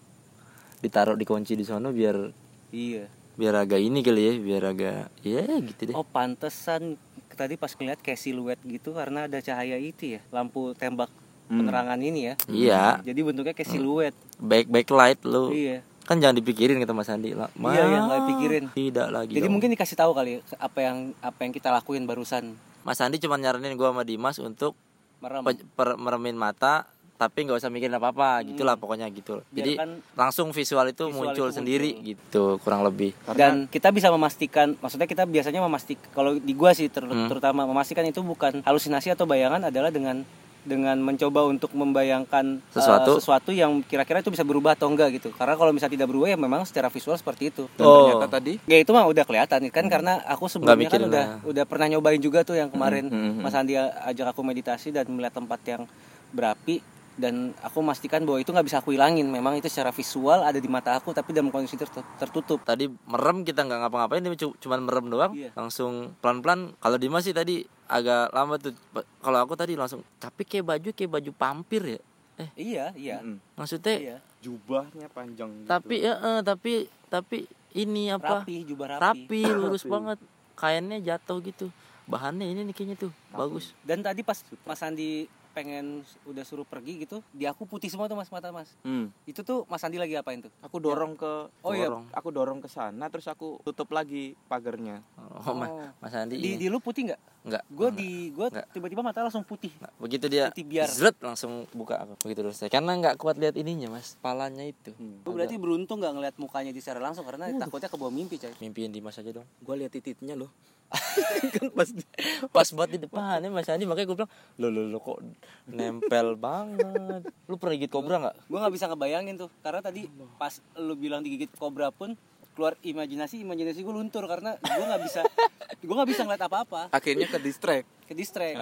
A: ditaruh dikunci di sono biar agak ini kali ya, biar agak ya gitu deh.
B: Oh pantesan tadi pas ngeliat kayak siluet gitu karena ada cahaya itu ya, lampu tembak penerangan ini ya.
A: Iya.
B: Jadi bentuknya kayak siluet.
A: Backlight lu.
B: Iya.
A: Kan jangan dipikirin kata Mas Andi lah.
B: Iya, nggak pikirin.
A: Tidak lagi.
B: Jadi
A: dong.
B: mungkin dikasih tahu kali apa yang kita lakuin barusan.
A: Mas Andi cuma nyaranin gua sama Dimas untuk
B: Merem.
A: meremin mata tapi nggak usah mikirin apa-apa, gitulah pokoknya gitu. Jadi langsung visual itu muncul sendiri gitu, kurang lebih.
B: Dan kita bisa memastikan, maksudnya kita biasanya memastikan, kalau di gua sih terutama memastikan itu bukan halusinasi atau bayangan adalah dengan mencoba untuk membayangkan sesuatu yang kira-kira itu bisa berubah atau enggak gitu. Karena kalau misalnya tidak berubah ya memang secara visual seperti itu.
C: Dan ternyata tadi
B: ya itu mah udah kelihatan kan, karena aku sebelumnya kan udah pernah nyobain juga tuh yang kemarin Mas Andi ajak aku meditasi dan melihat tempat yang berapi, dan aku memastikan bahwa itu nggak bisa aku hilangin. Memang itu secara visual ada di mata aku tapi dalam kondisi tertutup.
A: Tadi merem, kita nggak ngapa-ngapain, dia cuma merem doang. Langsung pelan-pelan. Kalau Dimas sih tadi agak lama tuh. Kalau aku tadi langsung, tapi kayak baju pampir ya.
B: Iya.
A: Maksudnya
C: jubahnya panjang gitu.
A: Tapi ini apa?
B: Jubah
A: rapi lurus banget. Kainnya jatuh gitu. Bahannya ini nih kayaknya tuh bagus.
B: Dan tadi pas Mas Andi pengen udah suruh pergi gitu, di aku putih semua tuh Mas, mata Mas. Itu tuh Mas Andi lagi apain tuh?
C: Aku dorong ke
B: iya.
C: aku dorong ke sana terus aku tutup lagi pagarnya.
A: Mas Andi
B: Di lu putih nggak?
A: Enggak.
B: Gue tiba-tiba mata langsung putih.
A: Nah, begitu dia
B: Putih biar.
A: zret langsung buka apa begitu terus. Karena nggak kuat lihat ininya Mas, palanya itu.
B: Gue berarti beruntung nggak ngeliat mukanya di secara langsung karena takutnya kebawa mimpi coy.
A: Mimpiin Dimas aja dong.
C: Gue lihat titiknya loh.
A: Kan pas buat di depannya Mas Andi, makanya gue bilang lo kok nempel banget. Lu pernah gigit kobra nggak?
B: Gue nggak bisa ngebayangin tuh karena tadi pas lu bilang digigit kobra pun keluar imajinasi gue luntur karena gue nggak bisa ngeliat apa-apa.
C: Akhirnya ke distract.
B: Ke distract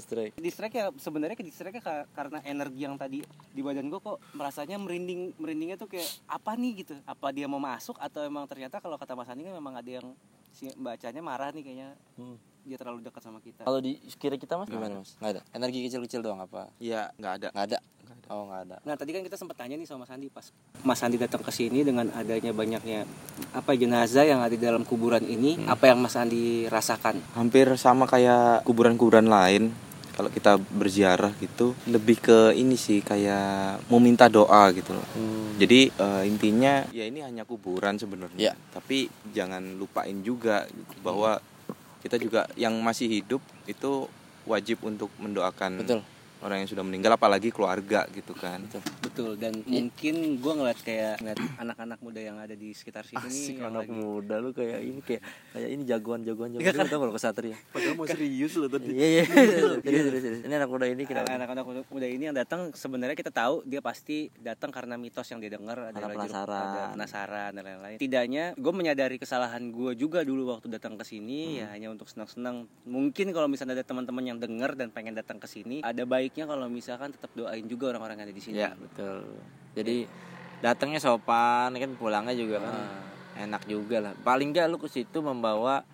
B: ya sebenarnya karena energi yang tadi di badan gue kok merasanya merindingnya tuh kayak apa nih gitu, apa dia mau masuk atau emang ternyata kalau kata Mas Andi kan memang ada yang si bacanya marah nih kayaknya. Dia terlalu dekat sama kita.
A: Kalau di kiri kita Mas gimana Mas? Nggak ada. Energi kecil-kecil doang apa?
C: Iya, nggak ada.
A: Oh nggak ada.
B: Nah tadi kan kita sempat tanya nih sama Mas Andi pas Mas Andi datang ke sini dengan adanya banyaknya jenazah yang ada di dalam kuburan ini, apa yang Mas Andi rasakan?
C: Hampir sama kayak kuburan-kuburan lain. Kalau kita berziarah gitu lebih ke ini sih kayak mau minta doa gitu loh. Jadi intinya ya ini hanya kuburan sebenarnya. Tapi jangan lupain juga gitu, bahwa kita juga yang masih hidup itu wajib untuk mendoakan.
A: Betul.
C: Orang yang sudah meninggal apalagi keluarga gitu kan.
B: Betul. Dan mungkin gue ngeliat anak-anak muda yang ada di sekitar sini.
A: Asik anak muda lu kayak ini jagoan lu tau kalau kesatria.
C: Padahal mau serius lo tadi.
A: Iya. Ini anak muda ini
B: anak muda ini yang datang sebenarnya kita tahu dia pasti datang karena mitos yang dia dengar ada penasaran dan lain-lain. Tidaknya gue menyadari kesalahan gue juga dulu waktu datang ke sini ya hanya untuk senang-senang. Mungkin kalau misalnya ada teman-teman yang dengar dan pengen datang ke sini, ada baiknya kalau misalkan tetap doain juga orang-orang yang ada di sini.
A: Ya betul. Jadi datangnya sopan kan, pulangnya juga kan enak juga lah. Paling nggak lu ke situ membawa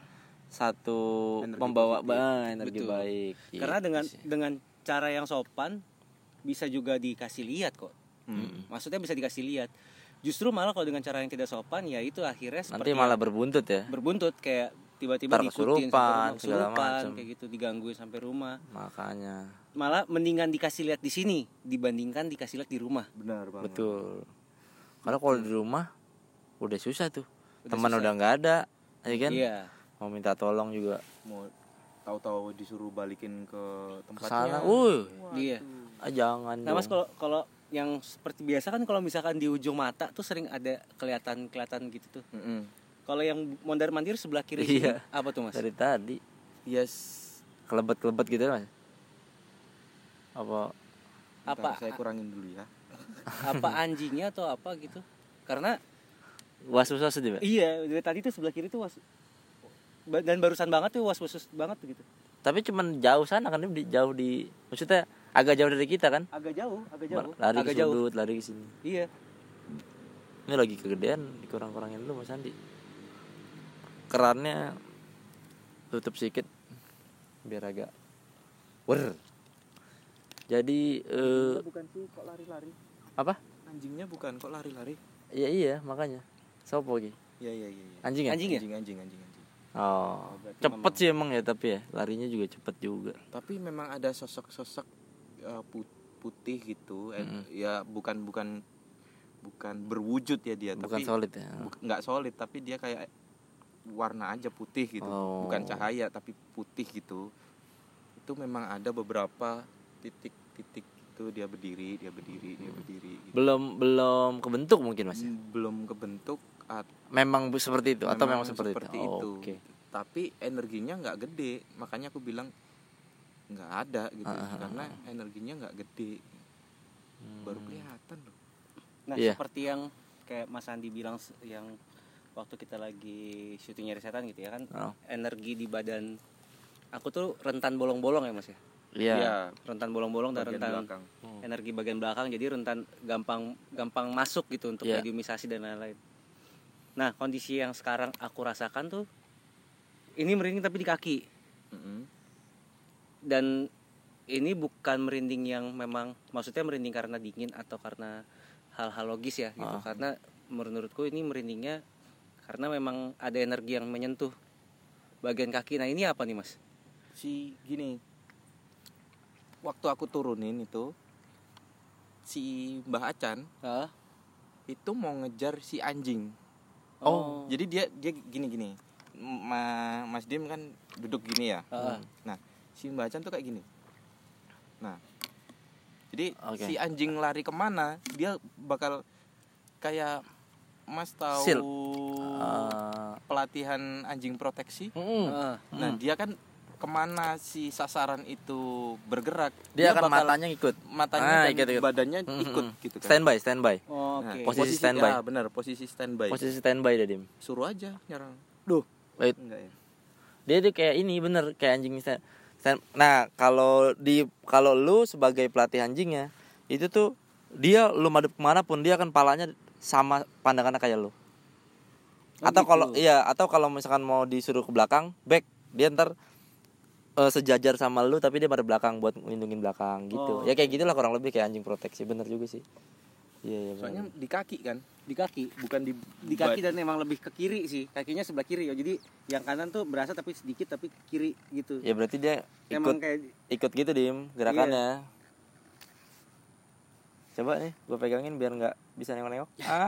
A: energi baik.
B: Karena dengan cara yang sopan bisa juga dikasih lihat kok. Maksudnya bisa dikasih lihat. Justru malah kalau dengan cara yang tidak sopan ya itu akhirnya
A: nanti malah berbuntut ya.
B: Berbuntut kayak tiba-tiba diikutin kesurupan kayak gitu, digangguin sampai rumah.
A: Makanya
B: malah mendingan dikasih lihat di sini dibandingkan dikasih lihat di rumah.
C: Benar banget.
A: Betul. Karena kalau di rumah udah susah tuh. Teman udah nggak ada, ya kan? Iya. Mau minta tolong juga.
C: Mau tahu-tahu disuruh balikin ke
A: Kesana,
C: tempatnya.
B: Iya.
A: Jangan.
B: Nah Mas, kalau yang seperti biasa kan kalau misalkan di ujung mata tuh sering ada kelihatan gitu tuh. Kalau yang mondar-mandir sebelah kiri sini apa tuh Mas?
A: Dari tadi.
C: Yes.
A: Kelebet-kelebet gitu Mas. Apa
C: saya kurangin dulu ya.
B: Apa anjingnya atau apa gitu? Karena
A: was-was juga.
B: Iya, dari tadi tuh sebelah kiri tuh dan barusan banget tuh was-was banget gitu.
A: Tapi cuman jauh sana kan, jauh di maksudnya agak jauh dari kita kan?
B: Agak jauh.
A: Lari ke sudut, lari ke sini.
B: Iya.
A: Ini lagi kegedean, dikurang-kurangin dulu Mas Andi. Kerannya tutup sedikit biar agak jadi
C: bukan sih kok lari-lari.
A: Apa?
C: Anjingnya bukan kok lari-lari.
A: Iya makanya. Sopo iki?
C: Iya.
A: Anjing. Oh, cepet sih emang ya, tapi ya larinya juga cepet juga.
C: Tapi memang ada sosok-sosok putih gitu. Ya bukan berwujud ya dia,
A: bukan
C: tapi
A: solid ya.
C: Nggak solid, tapi dia kayak warna aja putih gitu. Bukan cahaya tapi putih gitu. Itu memang ada beberapa titik itu dia berdiri gitu.
A: Belum kebentuk mungkin Mas.
C: Belum kebentuk.
A: Memang seperti itu atau memang seperti
C: itu.
A: Okay.
C: Tapi energinya nggak gede, makanya aku bilang nggak ada gitu. Karena energinya nggak gede. Baru kelihatan loh.
B: Nah seperti yang kayak Mas Andi bilang yang waktu kita lagi syuting Nyari Setan gitu ya kan, energi di badan aku tuh rentan bolong-bolong ya Mas ya.
A: Iya.
B: Rentan bolong-bolong dan rentan belakang. Energi bagian belakang, jadi rentan gampang masuk gitu untuk mediumisasi dan lain-lain. Nah kondisi yang sekarang aku rasakan tuh ini merinding tapi di kaki. Dan ini bukan merinding yang memang maksudnya merinding karena dingin atau karena hal-hal logis ya gitu. Karena menurutku ini merindingnya karena memang ada energi yang menyentuh bagian kaki. Nah ini apa nih Mas?
C: Gini, waktu aku turunin itu si Mbah Acan
B: Hah?
C: itu mau ngejar si anjing.
B: Oh.
C: Jadi dia gini. Mas Dim kan duduk gini ya. Nah, si Mbah Acan tuh kayak gini. Nah, jadi si anjing lari kemana, dia bakal kayak Mas tahu pelatihan anjing proteksi. Nah, dia kan kemana si sasaran itu bergerak,
A: dia akan matanya ikut
C: dan ikut. Badannya ikut gitu kan.
A: Standby.
C: Nah,
A: posisi standby.
C: Ya, benar, posisi standby.
A: Posisi standby dia, Dim.
C: Suruh aja nyerang.
A: Wait.
C: Enggak ya.
A: Dia tuh kayak ini bener kayak anjing Nah, kalau lu sebagai pelatih anjingnya, itu tuh dia lu madep kemana pun dia akan palanya sama pandangannya kayak lu. Atau gitu. Kalau misalkan mau disuruh ke belakang, back, dia ntar sejajar sama lu tapi dia pada belakang buat ngelindungin belakang gitu. Ya kayak gitulah kurang lebih kayak anjing proteksi, bener juga sih. Iya,
C: soalnya di kaki kan,
B: di kaki,
C: bukan
B: di kaki, dan emang lebih ke kiri sih, kakinya sebelah kiri ya. Jadi yang kanan tuh berasa tapi sedikit tapi ke kiri gitu.
A: Ya berarti dia ikut gitu Dim gerakannya. Iya. Coba nih gue pegangin biar nggak bisa nengok-nengok.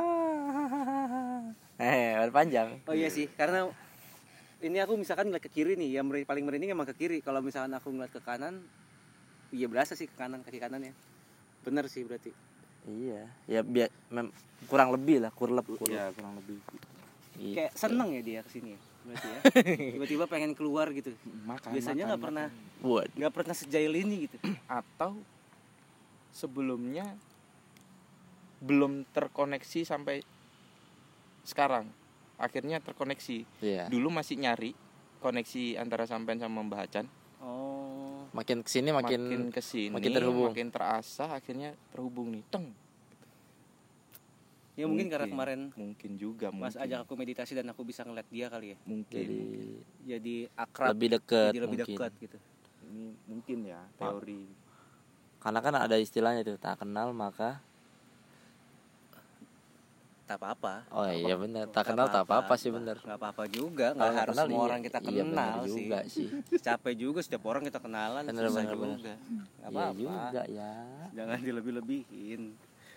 A: Panjang.
B: Oh iya sih, karena ini aku misalkan ngeliat ke kiri nih, yang paling merinding emang ke kiri. Kalau misalkan aku ngeliat ke kanan, iya berasa sih ke kanan, kaki kanannya. Bener sih berarti.
A: Iya, ya kurang lebih lah, kurang lebih.
B: Iya. Kayak seneng ya dia kesini ya, berarti ya. Tiba-tiba pengen keluar gitu. Biasanya nggak pernah sejail ini gitu.
C: Atau sebelumnya belum terkoneksi sampai sekarang, akhirnya terkoneksi.
A: Iya.
C: Dulu masih nyari koneksi antara sampean sama Mbah Acan.
A: Makin kesini makin terhubung,
C: makin terasa, akhirnya terhubung nih, teng.
B: Ya mungkin karena kemarin
C: juga
B: Mas ajak aku meditasi dan aku bisa ngeliat dia kali ya.
C: Mungkin.
B: Jadi akrab,
A: lebih dekat
B: gitu.
C: Ini mungkin ya teori.
A: Karena kan ada istilahnya tuh, tak kenal maka
B: tak apa-apa.
A: Oh iya benar, tak kenal tak apa-apa sih benar.
B: Enggak apa-apa juga, enggak harus semua orang kita kenal sih.
A: Juga sih.
B: Capek juga setiap orang kita kenalan, susah juga. Enggak apa-apa.
A: Juga ya.
B: Jangan dilebih-lebihin.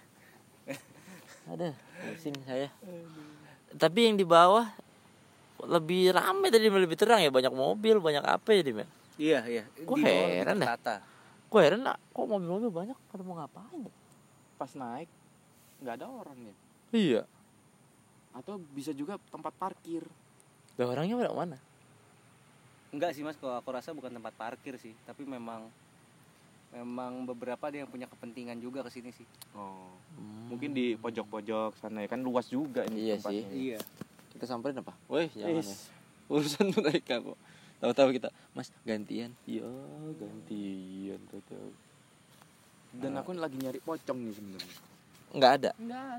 A: Ada, pusing saya. Tapi yang di bawah lebih ramai tadi, lebih terang ya, banyak mobil, banyak apa ya, Dim?
B: Iya.
A: Gue heran dah. Gue heran lah, kok mobil-mobil banyak, pada mau ngapain?
C: Pas naik enggak ada orang ya.
A: Iya.
C: Atau bisa juga tempat parkir.
A: Lah orangnya pada mana?
B: Enggak sih Mas, kalau aku rasa bukan tempat parkir sih, tapi memang beberapa ada yang punya kepentingan juga ke sini sih.
C: Mungkin di pojok-pojok sana ya, kan luas juga ini tempatnya.
B: Iya.
A: Kita samperin apa? Woi, jangan ya. Urusan mereka kok. Tahu-tahu kita, Mas, gantian. Iya, gantian tahu-tahu.
C: Dan aku lagi nyari pocong nih sebenarnya.
A: Enggak ada.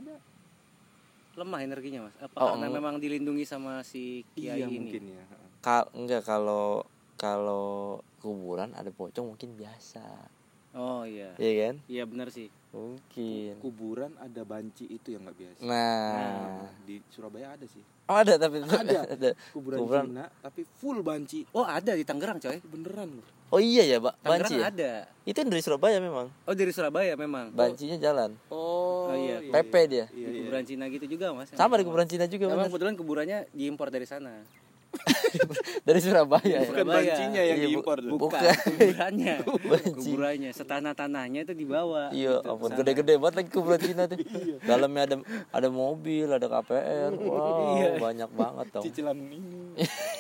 B: Lemah energinya Mas. Karena memang dilindungi sama si kiai ini.
C: Mungkin ya.
A: Enggak, kalau kuburan ada pocong mungkin biasa.
B: Oh iya.
A: Iya kan?
B: Iya benar sih.
A: Mungkin.
C: Kuburan ada banci itu yang nggak biasa.
A: Nah,
C: di Surabaya ada sih.
A: Ada tapi
C: ada. Kuburan Cina tapi full banci.
B: Oh ada di Tangerang coy.
C: Beneran loh.
A: Oh iya ya, Pak. Banci ya?
B: Ada.
A: Itu yang dari Surabaya memang.
B: Oh dari Surabaya memang.
A: Bancinya jalan.
B: Oh iya.
A: PP dia.
B: Di kuburan Cina gitu juga Mas.
A: Sama di kuburan Cina juga.
B: Memang kebetulan kuburannya diimpor dari sana.
A: Dari Surabaya.
C: Bukan bancinya yang diimpor tuh.
B: Bukan. Kuburannya. Setanah-tanahnya itu dibawa.
A: Iya, ampun gede-gede banget lagi kuburan Cina tuh. Dalamnya ada mobil, ada KPR. Wow, banyak banget dong.
C: Cicilan ini.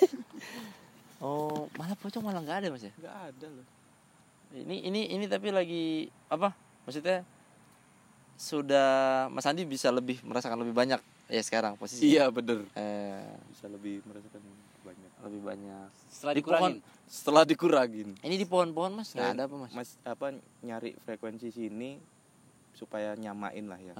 A: Oh, malah pocong malah enggak ada Mas ya?
C: Enggak ada loh.
A: Ini tapi lagi apa? Maksudnya sudah Mas Andi bisa merasakan lebih banyak ya sekarang posisi.
C: Iya, bener.
A: Bisa lebih merasakan lebih banyak.
B: Setelah
C: dikurangin.
A: Ini di pohon-pohon Mas, enggak ada apa Mas?
C: Mas nyari frekuensi sini supaya nyamain lah ya.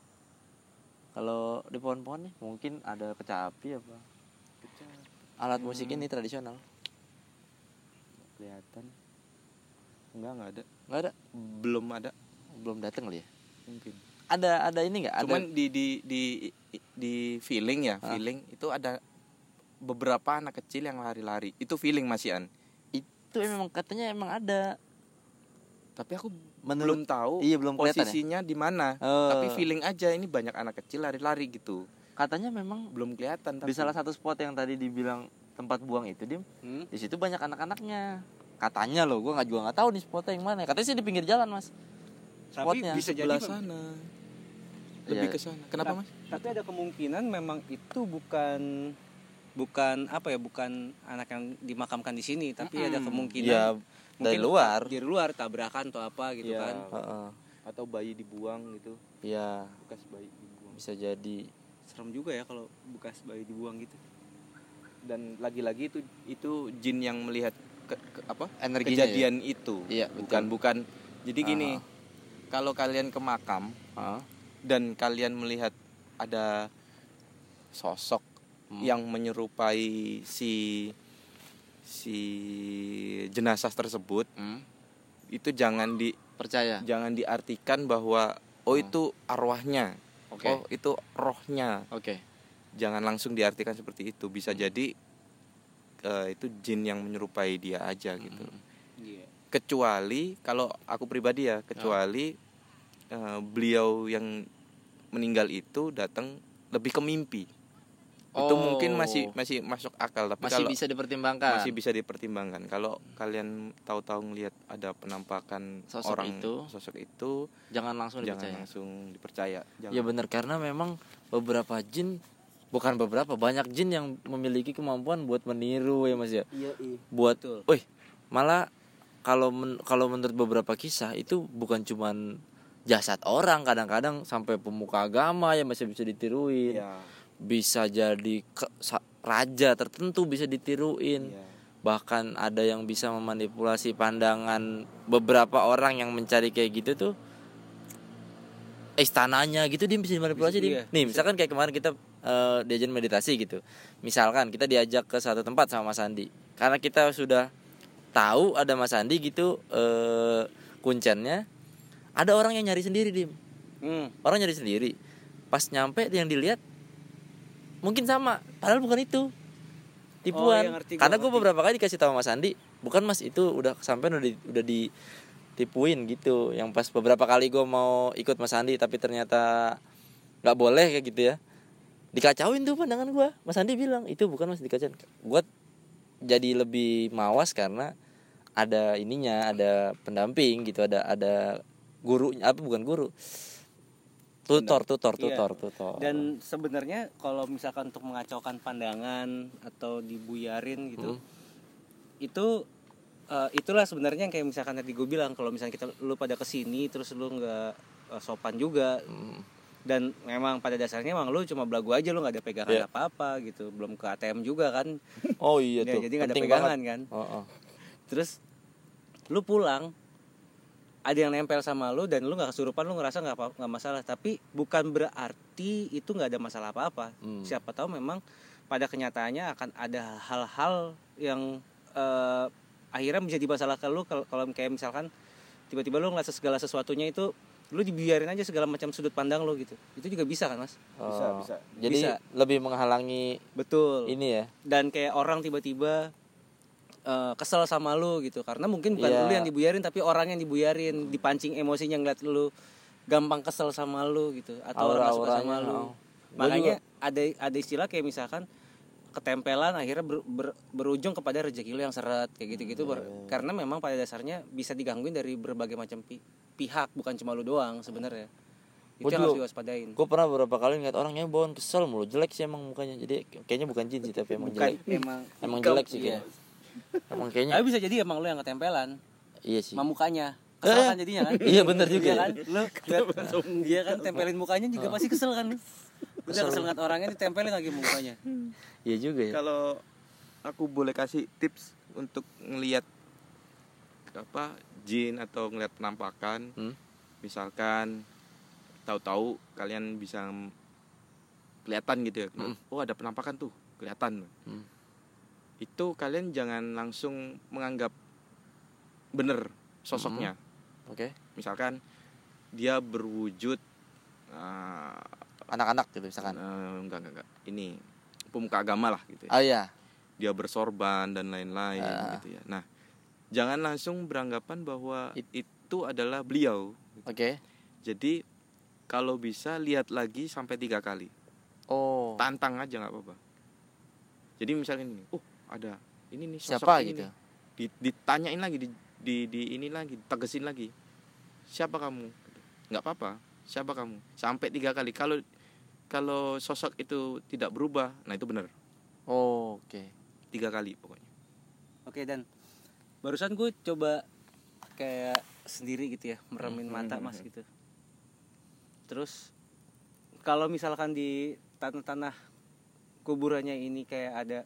A: Kalau di pohon-pohon nih mungkin ada kecapi apa? Alat musik ini tradisional.
C: Kelihatan. Enggak ada.
A: Enggak ada.
C: Belum datang kali ya.
A: Mungkin. Ada ini enggak?
C: Cuman di feeling ya, feeling itu ada beberapa anak kecil yang lari-lari. Itu feeling Mas Ian.
A: Itu memang katanya emang ada.
C: Tapi aku
A: Menurut-
C: belum tahu
A: iya, belum kelihatan ya?
C: posisinya di mana.
A: Oh.
C: Tapi feeling aja ini banyak anak kecil lari-lari gitu.
A: Katanya memang
C: Belum kelihatan
A: di salah satu spot yang tadi dibilang tempat buang itu, Dim, di situ banyak anak-anaknya. Katanya loh, gue juga nggak tahu nih spotnya yang mana. Katanya sih di pinggir jalan, Mas.
B: Tapi
A: Spotnya.
B: bisa jadi
C: sebelah sana. Lebih
A: Iya.
C: ke sana. Kenapa, Mas?
B: Tapi ada kemungkinan memang itu bukan apa ya, bukan anak yang dimakamkan di sini, tapi ada kemungkinan
A: Ya, dari luar.
B: dari luar tabrakan atau apa gitu
C: Iya.
B: kan.
A: Heeh.
C: Atau bayi dibuang gitu.
A: Iya,
C: Bekas bayi dibuang.
A: bisa jadi.
B: Serem juga ya kalau bekas bayi dibuang gitu.
C: Dan lagi-lagi itu jin yang melihat
A: Energinya
C: kejadian itu.
A: Iya,
C: Bukan. Jadi gini, kalau kalian ke makam
A: Heeh.
C: dan kalian melihat ada sosok yang menyerupai si jenazah tersebut, itu jangan
A: Percaya.
C: diartikan bahwa itu arwahnya.
A: Oke.
C: Oh, itu rohnya.
A: Oke.
C: Jangan langsung diartikan seperti itu. Bisa jadi itu jin yang menyerupai dia aja gitu.
B: Iya.
C: Kecuali kalau aku pribadi ya, beliau yang meninggal itu datang lebih ke mimpi. Itu mungkin masih masuk akal, tapi
A: masih
C: kalau
A: bisa dipertimbangkan.
C: masih bisa dipertimbangkan. Kalau kalian tahu-tahu ngelihat ada penampakan sosok itu
A: jangan langsung
C: jangan
A: dipercaya.
C: langsung dipercaya. Jangan.
A: Ya benar, karena memang banyak jin yang memiliki kemampuan buat meniru ya Mas ya.
B: Iya.
A: Buat,
B: Betul.
A: malah kalau menurut beberapa kisah itu bukan cuman jasad orang, kadang-kadang sampai pemuka agama ya masih bisa ditiruin.
C: Iya.
A: Bisa jadi raja tertentu bisa ditiruin.
C: Iya.
A: Bahkan ada yang bisa memanipulasi pandangan beberapa orang yang mencari kayak gitu tuh, istananya gitu dia bisa dimanipulasi.
B: Bisa, iya,
A: Nih misalkan kayak kemarin kita diajarin meditasi gitu. Misalkan kita diajak ke satu tempat sama Mas Andi, karena kita sudah tahu ada Mas Andi gitu, kuncennya ada orang yang nyari sendiri, Dim. Orang nyari sendiri. Pas nyampe yang dilihat mungkin sama, padahal bukan itu. Tipuan.
B: iya, ngerti,
A: Karena gue
B: ngerti.
A: beberapa kali dikasih tahu Mas Andi, bukan Mas, itu udah sampean udah ditipuin gitu. Yang pas beberapa kali gue mau ikut Mas Andi tapi ternyata nggak boleh kayak gitu ya. Dikacauin tuh pandangan gue. Mas Andi bilang itu bukan Mas, dikacauin. Gue jadi lebih mawas karena ada ininya, ada pendamping gitu, ada gurunya, bukan guru, tutor.
B: Dan sebenarnya kalau misalkan untuk mengacaukan pandangan atau dibuyarin gitu, itulah sebenarnya yang kayak misalkan tadi gue bilang, kalau misalnya lu pada kesini terus lu nggak sopan juga, dan memang pada dasarnya emang lu cuma belagu aja, lu nggak ada pegangan apa-apa gitu, belum ke ATM juga kan.
A: Oh iya
B: Ya,
A: tuh.
B: jadi nggak ada
A: penting
B: pegangan
A: banget.
B: kan.
A: Oh.
B: Terus lu pulang, ada yang nempel sama lu dan lu nggak kesurupan, lu ngerasa nggak masalah, tapi bukan berarti itu nggak ada masalah apa-apa. Siapa tahu memang pada kenyataannya akan ada hal-hal yang akhirnya menjadi masalah ke lu. Kalau kayak misalkan tiba-tiba lu ngeliat segala sesuatunya itu, lu dibiarin aja segala macam sudut pandang lu gitu, itu juga bisa kan Mas?
C: Bisa.
A: Jadi
B: Bisa.
A: lebih menghalangi
B: Betul.
A: ini ya.
B: Dan kayak orang tiba-tiba kesel sama lu gitu, karena mungkin bukan
A: Iya.
B: lu yang dibuyarin tapi orang yang dibuyarin, dipancing emosinya ngeliat lu gampang kesel sama lu gitu, atau orang nggak suka sama
A: Aura-auranya,
B: lu.
A: oh.
B: Makanya ada istilah kayak misalkan ketempelan akhirnya berujung kepada rezeki lu yang seret kayak gitu-gitu. Karena memang pada dasarnya bisa digangguin dari berbagai macam pihak, bukan cuma lu doang sebenarnya. Itu yang harus diwaspadain.
A: Gue pernah beberapa kali ngeliat orangnya bawaan kesel mulu, jelek sih emang mukanya. Jadi kayaknya bukan jin sih, tapi emang
B: Bukan,
A: jelek.
B: emang
A: Jelek sih
B: iya.
A: kayaknya. Emang kayaknya.
B: Tapi bisa jadi emang lu yang ketempelan
A: Iya sih.
B: sama mukanya. Kesel kan jadinya kan?
A: Iya benar juga.
B: Iya kan? Lu dia kan tempelin mukanya juga pasti kesel kan? Udah kesel ngeliat orangnya ditempelin lagi mukanya.
A: Iya juga ya.
C: Kalau aku boleh kasih tips untuk ngelihat jin atau ngelihat penampakan, misalkan tahu-tahu kalian bisa kelihatan gitu ya, oh ada penampakan tuh kelihatan, itu kalian jangan langsung menganggap bener sosoknya.
A: Oke.
C: Misalkan dia berwujud
A: Anak-anak gitu misalkan.
C: enggak ini pemuka agama lah gitu ya.
A: Oh iya.
C: Dia bersorban dan lain-lain gitu ya. Nah, jangan langsung beranggapan bahwa itu adalah beliau.
A: Oke.
C: Jadi kalau bisa lihat lagi sampai 3 kali.
A: Oh.
C: Tantang aja nggak apa-apa. Jadi misalnya ini, ada ini nih sosok
A: Siapa
C: ini
A: gitu?
C: nih. Ditanyain lagi, di ini lagi, tegesin lagi. Siapa kamu? Nggak apa-apa. Siapa kamu? Sampai 3 kali. Kalau sosok itu tidak berubah, nah itu benar.
A: Oh, oke.
C: 3 kali pokoknya.
B: Oke, dan barusan gue coba kayak sendiri gitu ya, meremin mata Mas gitu. Terus kalau misalkan di tanah kuburannya ini kayak ada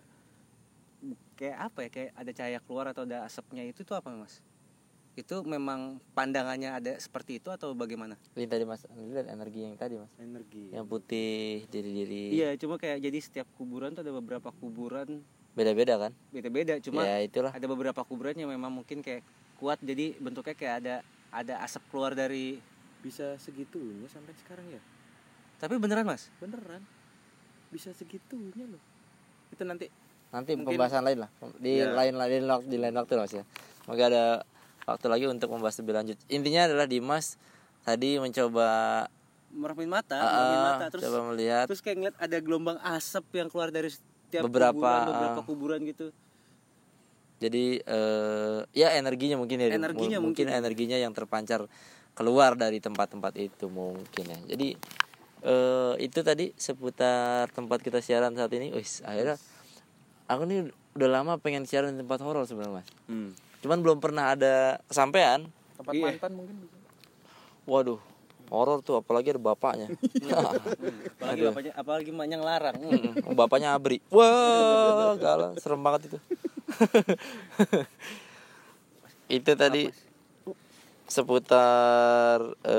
B: kayak ada cahaya keluar atau ada asapnya, itu tuh apa Mas? Itu memang pandangannya ada seperti itu atau bagaimana?
A: Ini tadi Mas, lihat energi yang tadi Mas.
B: Energi.
A: Yang putih diri-diri.
B: Iya, cuma kayak jadi setiap kuburan tuh ada beberapa kuburan
A: Beda-beda kan?
B: beda-beda, cuma
A: Ya itulah.
B: ada beberapa kuburan yang memang mungkin kayak kuat, jadi bentuknya kayak ada asap keluar dari.
C: Bisa segitunya sampai sekarang ya?
B: Tapi beneran Mas?
C: Beneran. Bisa segitunya loh. Itu nanti
A: Nanti
C: mungkin
A: pembahasan lain lah. Di
C: Ya.
A: lain waktu Mas ya. Semoga ada waktu lagi untuk membahas lebih lanjut. Intinya adalah Dimas tadi mencoba
B: Meremin mata, terus
A: coba melihat
B: terus kayak ngeliat ada gelombang asap yang keluar dari setiap
A: Beberapa
B: kuburan gitu.
A: jadi ya energinya mungkin ya.
B: Energinya
A: mungkin
B: mungkin.
A: energinya yang terpancar keluar dari tempat-tempat itu mungkin ya. Jadi itu tadi seputar tempat kita siaran saat ini. Akhirnya aku nih udah lama pengen siaran di tempat horor sebenarnya Mas. Cuman belum pernah ada kesampaian.
C: tempat
B: Iya.
C: mantan mungkin bisa.
A: Waduh, horor tuh apalagi ada bapaknya.
B: apalagi emaknya ngelarang.
A: Bapaknya Abri. Wah, galah, serem banget itu. Itu tadi seputar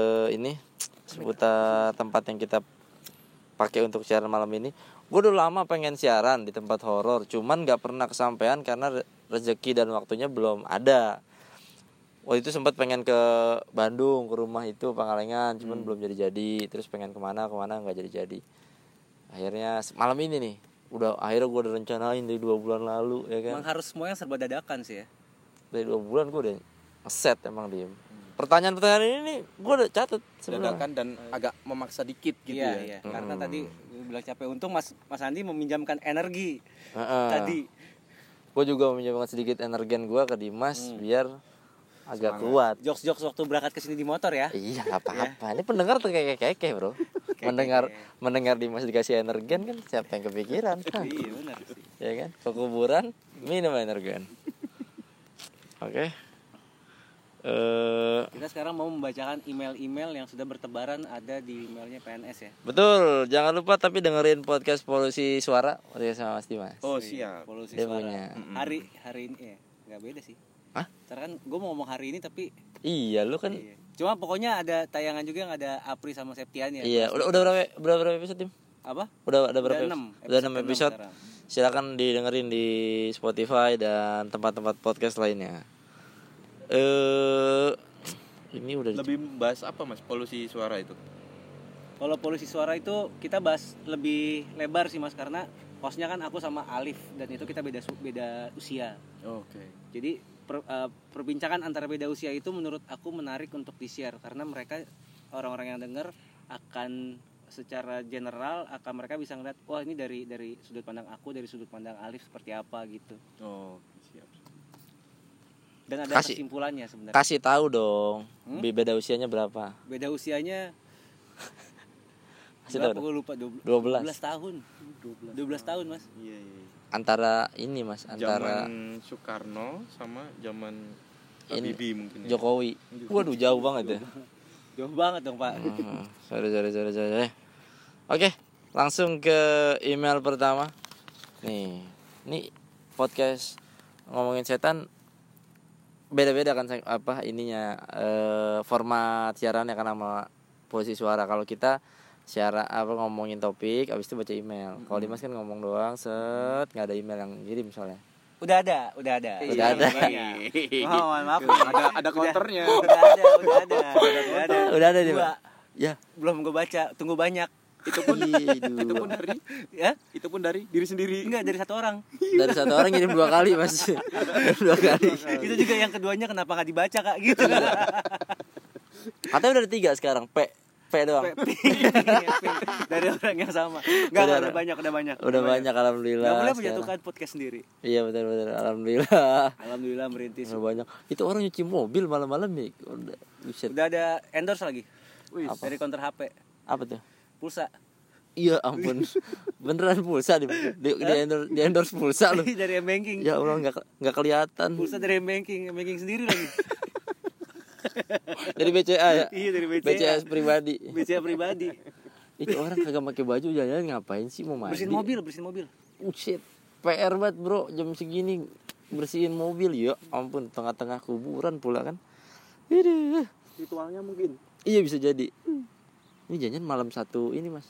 A: seputar tempat yang kita pakai untuk siaran malam ini. Gue udah lama pengen siaran di tempat horor, cuman nggak pernah kesampaian karena rezeki dan waktunya belum ada. Waktu itu sempat pengen ke Bandung, ke rumah itu Pangalengan, cuman belum jadi. Terus pengen kemana nggak jadi. Akhirnya malam ini nih, akhirnya gue udah rencanain dari 2 bulan lalu ya kan.
B: Emang harus semuanya serba dadakan sih ya.
A: Dari 2 bulan gue udah ngeset emang diem. Pertanyaan ini gue udah catat sebenarnya.
C: Dadakan dan agak memaksa dikit gitu
B: Iya,
C: ya.
B: iya. Karena tadi gue bilang capek. Untung Mas Andi meminjamkan energi
A: Heeh.
B: tadi.
A: Gue juga meminjamkan sedikit energen gue ke Dimas biar agak kuat.
B: Jokes waktu berangkat ke sini di motor ya.
A: Iya, nggak apa-apa. Ini pendengar tuh kayak bro. mendengar Dimas dikasih energen kan siapa yang kepikiran?
B: Iya benar sih.
A: Ya kan? Ke kuburan minum energen. Oke.
B: Kita sekarang mau membacakan email-email yang sudah bertebaran ada di emailnya PNS ya.
A: Betul. Jangan lupa tapi dengerin podcast Polusi Suara sama Mas Dimas.
C: Oh, siap.
B: Polusi
A: Dia
B: suara.
A: punya.
B: Hari ini ya nggak beda sih.
A: Hah?
B: Karena kan gue mau ngomong hari ini tapi
A: Iya, lu kan.
B: iya. Cuma pokoknya ada tayangan juga yang ada Apri sama Septian ya.
A: Iya, udah berapa episode, Tim?
B: Apa?
A: Udah berapa?
B: Udah 6
A: Udah 6 episode.
B: sekarang.
A: Silakan didengerin di Spotify dan tempat-tempat podcast lainnya. Ini udah
C: Lebih bahas apa Mas polusi suara itu?
B: Kalau polusi suara itu kita bahas lebih lebar sih Mas, karena hostnya kan aku sama Alif dan itu kita beda usia.
C: Oke.
B: Jadi perbincangan antara beda usia itu menurut aku menarik untuk di-share karena mereka orang-orang yang dengar akan secara general akan mereka bisa ngeliat wah ini dari sudut pandang aku, dari sudut pandang Alif seperti apa gitu.
C: Oh, siap.
B: Dan ada kesimpulannya sebenarnya.
A: Kasih tahu dong. Beda usianya berapa?
B: Beda usianya
A: Kasih
B: berapa
A: tahu.
B: gue lupa
A: 12
B: tahun. 12 tahun Mas.
C: Iya.
A: Antara ini Mas, antara
C: Zaman Soekarno sama zaman
A: Ini,
C: Habibie mungkin ya.
A: Jokowi. Waduh, jauh banget ya.
B: Jauh banget dong Pak.
A: Sorry. Oke, langsung ke email pertama. Nih, ini podcast ngomongin setan beda-beda kan apa ininya format siarannya karena sama posisi suara. Kalau kita siaran ngomongin topik habis itu baca email. Kalau Dimas kan ngomong doang set, nggak ada email yang kirim misalnya.
B: Udah ada.
A: Udah ada.
B: Oh, maaf.
C: Ada counternya.
B: Udah ada.
A: Udah ada di
B: Dua.
A: Ya,
B: Belum gue baca, tunggu banyak.
C: Itu pun dari
B: Ya?
C: itu pun dari diri sendiri.
B: Enggak, dari satu orang.
A: Dari satu orang ngirim 2 kali Mas. 2 kali.
B: Itu juga yang keduanya kenapa nggak dibaca Kak gitu.
A: Katanya udah ada 3 sekarang. P doang.
B: Dari orang yang sama. Enggak, udah banyak.
A: Udah banyak alhamdulillah.
B: Enggak boleh
A: sekarang.
B: menjatuhkan podcast sendiri.
A: Iya betul alhamdulillah.
B: Alhamdulillah merintis.
A: Udah banyak. Itu orang nyuci mobil malam-malam ya. Udah buset.
B: Udah ada endorse lagi.
A: Apa?
B: Dari counter HP.
A: Apa tuh?
B: Pulsa.
A: Iya ampun. Beneran pulsa di endorse pulsa lu.
B: Dari M-Banking.
A: Ya Allah enggak kelihatan.
B: Pulsa dari M-Banking sendiri lagi.
A: Dari BCA ya?
B: Iya, dari BCA.
A: BCA pribadi.
B: BCA pribadi.
A: Itu orang kagak pakai baju jalan ngapain sih mau mandi?
B: Bersihin mobil.
A: Shit. PR banget, Bro. Jam segini bersihin mobil ya. Ampun, tengah-tengah kuburan pula kan. Aduh.
C: Ritualnya mungkin.
A: Iya bisa jadi. Ini jangan malam 1 ini, Mas.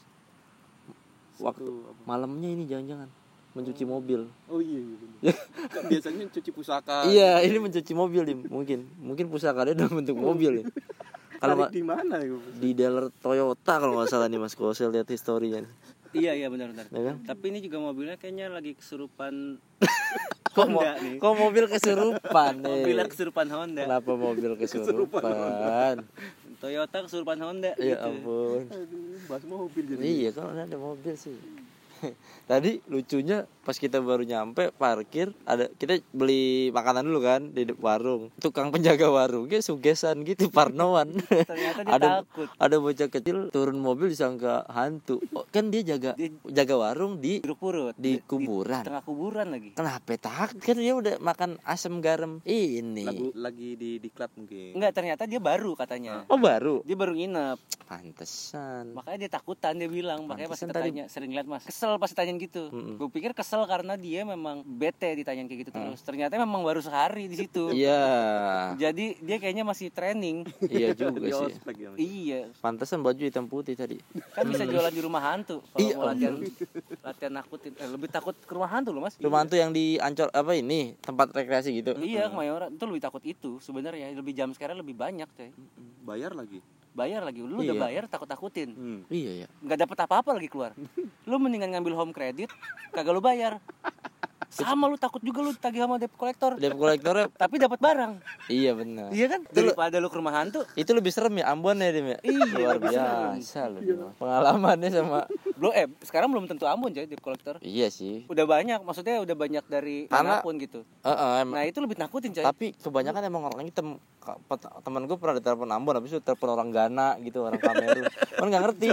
A: Waktu malamnya ini jangan-jangan mencuci mobil.
C: Oh iya benar. Kan biasanya cuci pusaka.
A: Iya, ini mencuci mobil nih, mungkin pusaka dia dalam bentuk mobil nih. Kalau
C: di mana ya?
A: di dealer Toyota kalau nggak salah nih Mas, kalau saya lihat historinya.
B: Iya benar.
A: Ya kan?
B: Tapi ini juga mobilnya kayaknya lagi kesurupan.
A: Kok
B: Honda nih.
A: Kok mobil kesurupan nih?
B: Mobilnya kesurupan Honda.
A: Kenapa mobil kesurupan?
B: Toyota kesurupan Honda.
A: Ya
B: gitu.
A: ampun.
C: Aduh, bahas mobil jadi.
A: Iya, kalau ada mobil sih. Tadi lucunya pas kita baru nyampe parkir, kita beli makanan dulu kan di warung. Tukang penjaga warungnya sugesan gitu, parnoan.
B: Ternyata dia takut.
A: Ada bocah kecil turun mobil disangka hantu. Oh, kan dia jaga warung di
B: Jeruk purut.
A: di kuburan.
B: Di tengah kuburan lagi.
A: Kenapa takut? Kan dia udah makan asam garam ini.
C: Lagi di diklat mungkin.
B: Enggak, ternyata dia baru katanya.
A: Oh baru.
B: Dia baru nginep.
A: Pantesan.
B: Makanya dia takutan, dia bilang. Makanya pas
A: Pantesan
B: kita
A: tadi-
B: tanya, sering lihat Mas. Kesel pas ditanyain gitu. Gue pikir kesel karena dia memang bete ditanyain kayak gitu terus. Ternyata memang baru sehari di situ.
A: Iya.
B: Jadi dia kayaknya masih training.
A: Iya juga
C: Di
A: sih.
C: ospek ya.
B: Iya,
A: Pantesan baju hitam putih tadi.
B: kan bisa jualan di rumah hantu. Kalau
A: Iya,
B: mau latihan nakutin, lebih takut ke rumah hantu loh Mas.
A: Rumah hantu yang di Ancol apa ini? Tempat rekreasi gitu.
B: Iya, Kemayoran itu lebih takut itu sebenarnya. Lebih jam sekarang lebih banyak coy.
C: Bayar lagi.
B: Bayar lagi, lu udah
A: Iya.
B: bayar takut-takutin.
A: Iya ya.
B: Nggak dapet apa-apa lagi keluar. Lu mendingan ngambil home credit, kagak lu bayar. Sama lu takut juga lu tagih sama debt collector.
A: Debt collectornya
B: Tapi dapat barang.
A: iya benar.
B: Iya kan? Daripada lu ke rumah hantu.
A: Itu lebih serem ya Ambon ya Dim ya.
B: Iya,
A: Luar
B: lebih
A: biasa loh. Dim. Pengalamannya sama.
B: Sekarang belum tentu Ambon coy debt collector.
A: Iya sih.
B: Udah banyak, maksudnya udah banyak dari
A: Karena-
B: manapun gitu.
A: Emang.
B: Nah, itu lebih nakutin coy.
A: Tapi kebanyakan emang orang hitam. Temen gue pernah ditelepon Ambon, habis itu telepon orang Ghana gitu, orang Kamerun. Kan nggak ngerti.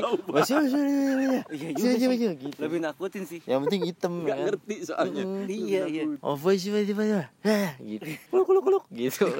B: Iya juga sih.
A: Gitu.
B: Lebih nakutin sih.
A: Yang penting hitam.
C: Nggak
A: kan?
C: ngerti soalnya.
B: Iya.
A: Oh voice tiba-tiba gitu. Kuluk gitu.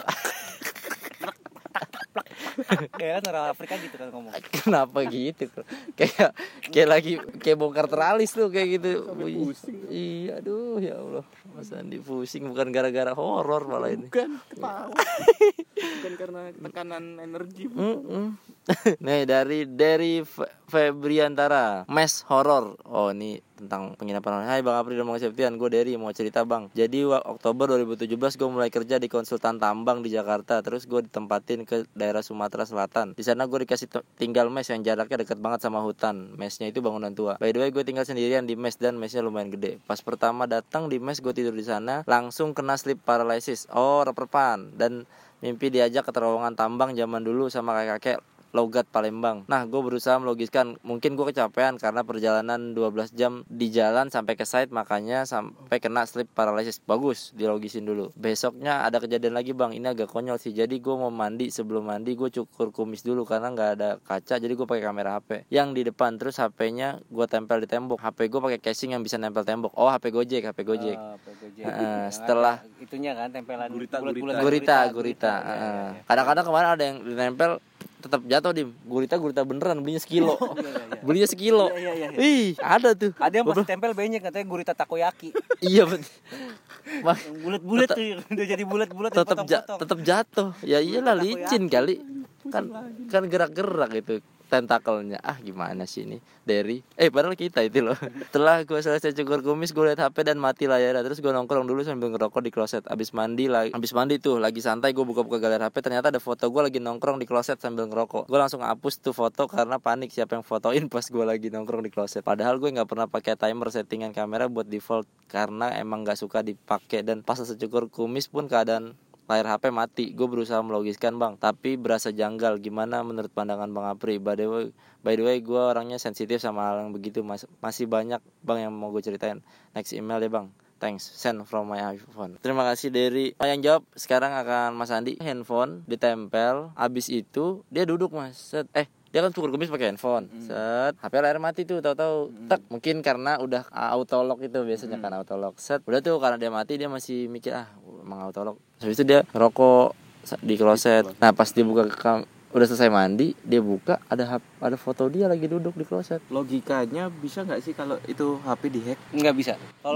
B: Ya kan orang Afrika gitu kan ngomong.
A: Kenapa gitu? Kayak lagi kayak bongkar teralis tuh kayak gitu.
C: pusing.
A: Iya, aduh ya Allah. Mas Andi pusing bukan gara-gara horor malah ini.
C: Bukan ketawa. Bukan karena tekanan energi.
A: Nih dari Febriantara, Mes Horor. Oh, ini tentang penginapan. Hai Bang Apri dan Bang Septian, gue Derry mau cerita Bang. Jadi Oktober 2017 gue mulai kerja di konsultan tambang di Jakarta. Terus gue ditempatin ke daerah Sumatera Selatan. Di sana gue dikasih tinggal mes yang jaraknya dekat banget sama hutan. Mesnya itu bangunan tua. By the way gue tinggal sendirian di mes dan mesnya lumayan gede. Pas pertama datang di mes gue tidur di sana, langsung kena sleep paralysis. Oh, reperpan. Dan mimpi diajak ke terowongan tambang zaman dulu sama kakek-kakek logat Palembang. Nah, gue berusaha melogiskan. Mungkin gue kecapean karena perjalanan 12 jam di jalan sampai ke site, makanya sampai kena sleep paralysis. Bagus, dilogisin dulu. Besoknya ada kejadian lagi Bang. Ini agak konyol sih. Jadi gue mau mandi. Sebelum mandi gue cukur kumis dulu karena nggak ada kaca. Jadi gue pakai kamera HP yang di depan. Terus HP-nya gue tempel di tembok. HP gue pakai casing yang bisa nempel tembok. Oh, HP Gojek. Setelah
B: itunya kan tempelan
C: Gurita.
A: gurita. Kadang-kadang kemarin ada yang ditempel tetap jatuh Dim. Gurita beneran belinya sekilo. Belinya sekilo.
B: Iya.
A: Ih, ada tuh.
B: Ada yang pas tempel banyak katanya gurita takoyaki.
A: Iya betul.
B: Yang bulat-bulat tuh, udah jadi bulat-bulat
A: Tetap jatuh. Ya iyalah licin kali. Kan gerak-gerak gitu. tentakelnya. Gimana sih ini Derry, padahal kita itu loh. Setelah gue selesai cukur kumis, gue liat HP dan mati layarnya. Terus gue nongkrong dulu sambil ngerokok di kloset. Abis mandi tuh lagi santai, gue buka-buka galeri HP, ternyata ada foto gue lagi nongkrong di kloset sambil ngerokok. Gue langsung hapus tuh foto karena panik siapa yang fotoin pas gue lagi nongkrong di kloset. Padahal gue nggak pernah pakai timer settingan kamera buat default karena emang nggak suka dipakai. Dan pas selesai cukur kumis pun keadaan layar HP mati. Gue berusaha melogiskan bang, tapi berasa janggal. Gimana menurut pandangan Bang Apri? By the way gue orangnya sensitif sama hal yang begitu. Masih banyak bang yang mau gue ceritain. Next email deh bang. Thanks, send from my iPhone. Terima kasih dari yang jawab. Sekarang akan Mas Andi. Handphone ditempel, abis itu dia duduk mas. Dia kan cukur kumis pakai handphone. Set, HP layar mati tuh, tahu-tahu tek. Mungkin karena udah auto lock itu biasanya kan auto lock. Set, udah tuh karena dia mati dia masih mikir emang auto lock. Habis itu dia ngerokok di kloset. Nah, pas dia buka udah selesai mandi, dia buka ada foto dia lagi duduk di kloset.
C: Logikanya bisa nggak sih kalau itu HP dihack?
B: Nggak bisa.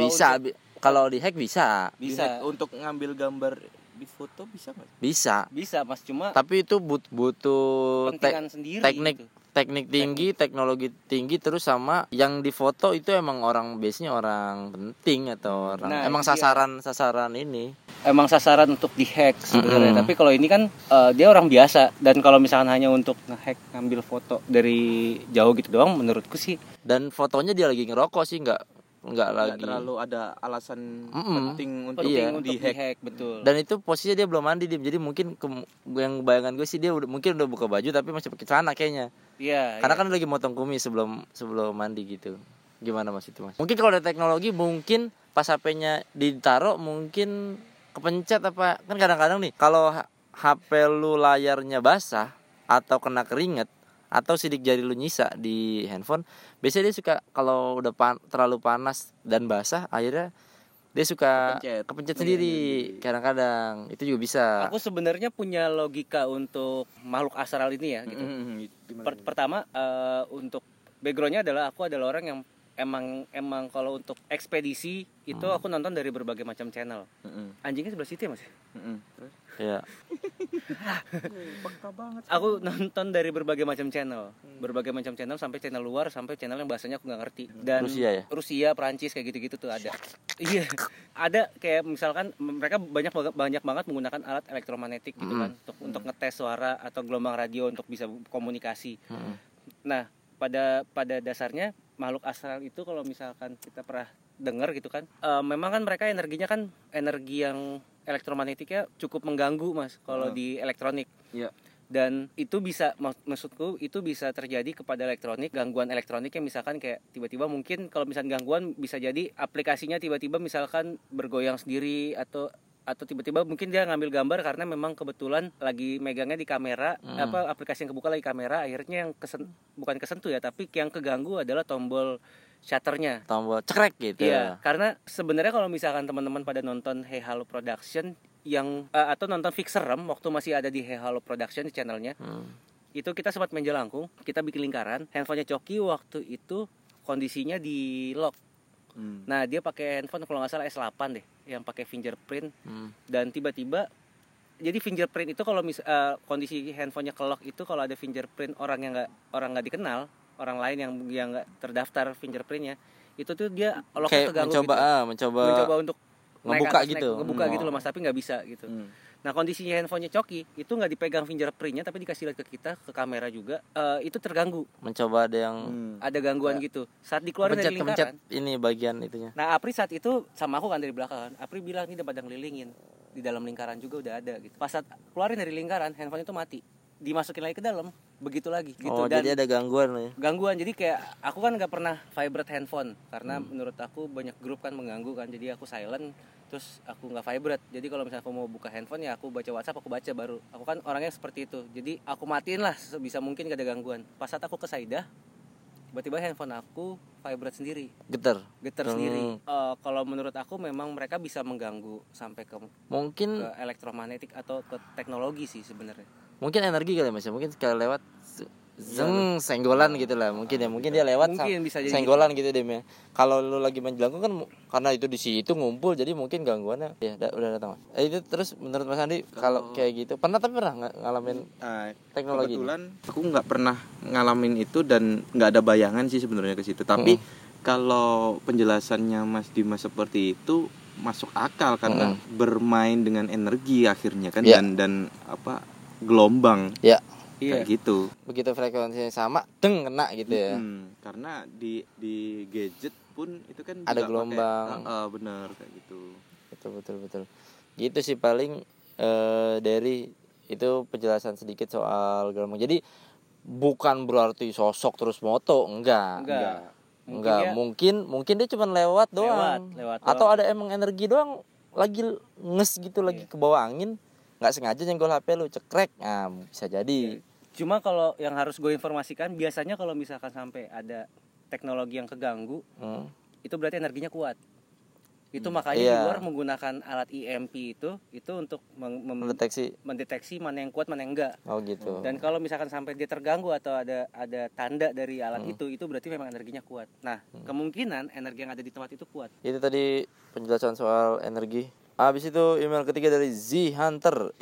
A: Kalau dihack bisa.
C: Dihack untuk ngambil gambar di foto bisa nggak?
B: Bisa mas, cuma
A: tapi itu butuh
B: sendiri
A: teknik tinggi, teknologi tinggi, terus sama yang difoto itu emang biasanya orang penting atau orang emang sasaran ini.
B: Emang sasaran untuk dihack sebenarnya. Tapi kalau ini kan dia orang biasa, dan kalau misalkan hanya untuk ngehack ngambil foto dari jauh gitu doang, menurutku sih.
A: Dan fotonya dia lagi ngerokok sih, nggak lagi
C: terlalu ada alasan penting untuk
B: dihack, betul.
A: Dan itu posisinya dia belum mandi, jadi mungkin yang bayangan gue sih dia mungkin udah buka baju tapi masih pakai celana kayaknya.
B: Iya.
A: Karena kan lagi motong kumis sebelum mandi gitu. Gimana mas itu mas? Mungkin kalau ada teknologi mungkin pas HP-nya ditaruh mungkin kepencet apa, kan kadang-kadang nih kalau HP lu layarnya basah atau kena keringet atau sidik jari lu nyisa di handphone, biasanya dia suka kalau udah terlalu panas dan basah, akhirnya dia suka kepencet sendiri. Kadang-kadang itu juga bisa.
B: Aku sebenarnya punya logika untuk makhluk astral ini ya gitu. Pertama untuk backgroundnya adalah aku adalah orang yang emang kalau untuk ekspedisi itu aku nonton dari berbagai macam channel. Anjingnya sebelah situ ya mas?
C: Terus?
A: Iya.
C: Peka banget.
B: Aku nonton dari berbagai macam channel, sampai channel luar, sampai channel yang bahasanya aku nggak ngerti. Dan Rusia, Perancis kayak gitu-gitu tuh ada. Iya, ada kayak misalkan mereka banyak banget menggunakan alat elektromagnetik gitu kan untuk ngetes suara atau gelombang radio untuk bisa komunikasi. Nah, pada dasarnya makhluk astral itu kalau misalkan kita pernah dengar gitu kan, memang kan mereka energinya kan energi yang elektromagnetiknya cukup mengganggu mas kalau di elektronik.
C: Iya.
B: Dan itu bisa, maksudku itu bisa terjadi kepada gangguan elektronik yang misalkan kayak tiba-tiba mungkin kalau misalkan gangguan bisa jadi aplikasinya tiba-tiba misalkan bergoyang sendiri atau tiba-tiba mungkin dia ngambil gambar karena memang kebetulan lagi megangnya di kamera, aplikasi yang kebuka lagi kamera, akhirnya yang bukan kesentuh ya, tapi yang keganggu adalah tombol shutternya,
A: tombol cekrek gitu.
B: Iya, karena sebenarnya kalau misalkan teman-teman pada nonton Hey Halo Production atau nonton Fixer Ram waktu masih ada di Hey Halo Production di channelnya, itu kita sempat main jelangkung, kita bikin lingkaran, handphonenya Coki waktu itu kondisinya di lock. Nah dia pakai handphone kalau nggak salah S8 deh, yang pakai fingerprint. Dan tiba-tiba jadi fingerprint itu kalau kondisi handphonenya kelok itu kalau ada fingerprint orang nggak dikenal, orang lain yang nggak terdaftar fingerprintnya, itu tuh dia locknya keganggu mencoba untuk
A: ngebuka
B: gitu loh mas, tapi nggak bisa gitu. Nah kondisinya handphonenya Coki itu nggak dipegang fingerprintnya tapi dikasih lihat ke kita, ke kamera juga, itu terganggu.
A: Mencoba ada yang
B: ada gangguan gitu. Saat dikeluarin dari lingkaran.
A: Ini bagian itunya.
B: Nah Apri saat itu sama aku kan dari belakang. Apri bilang ini udah pada ngelilingin. Di dalam lingkaran juga udah ada gitu. Pas saat keluarin dari lingkaran, handphone itu mati. Dimasukin lagi ke dalam, begitu lagi gitu. Dan
A: jadi ada gangguan ya.
B: Gangguan. Jadi kayak aku kan nggak pernah vibrate handphone karena menurut aku banyak grup kan mengganggu kan. Jadi aku silent. Terus aku nggak vibrate. Jadi kalau misalnya aku mau buka handphone ya aku baca WhatsApp, aku baca baru. Aku kan orangnya seperti itu. Jadi aku matiin lah sebisa mungkin gak ada gangguan. Pas saat aku ke Saidah, tiba-tiba handphone aku vibrate sendiri. Getar sendiri. Kalau menurut aku memang mereka bisa mengganggu sampai ke elektromagnetik atau ke teknologi sih sebenarnya.
A: Mungkin energi kali mas ya. Mungkin sekali lewat senggolan gitu lah mungkin ya, mungkin dia lewat
B: Mungkin bisa jadi
A: senggolan gitu deh ya. Kalau lu lagi main jelangkung kan karena itu di situ ngumpul jadi mungkin gangguannya ya udah datang. Itu terus menurut Mas Andi kalau kayak gitu pernah ngalamin teknologi
C: kebetulan aku nggak pernah ngalamin itu dan nggak ada bayangan sih sebenarnya ke situ, tapi kalau penjelasannya Mas Dimas seperti itu masuk akal karena bermain dengan energi akhirnya kan, dan apa gelombang kayak gitu.
A: Begitu frekuensinya sama kena gitu ya.
C: Karena di gadget pun itu kan
A: ada gelombang.
C: Bener kayak gitu.
A: Betul. Gitu sih paling dari itu penjelasan sedikit soal gelombang. Jadi bukan berarti sosok terus moto, enggak. Mungkin dia cuma lewat doang. Atau ada emang energi doang lagi gitu lagi ke bawah angin, nggak sengaja nyenggol HP lu cekrek. Nah, bisa jadi.
B: Cuma kalau yang harus gue informasikan biasanya kalau misalkan sampai ada teknologi yang keganggu, itu berarti energinya kuat. Itu makanya di luar menggunakan alat EMP itu untuk mendeteksi mana yang kuat mana yang enggak.
A: Oh gitu.
B: Dan kalau misalkan sampai dia terganggu atau ada tanda dari alat itu berarti memang energinya kuat. Nah, kemungkinan energi yang ada di tempat itu kuat.
A: Itu tadi penjelasan soal energi. Habis itu email ketiga dari Z Hunter.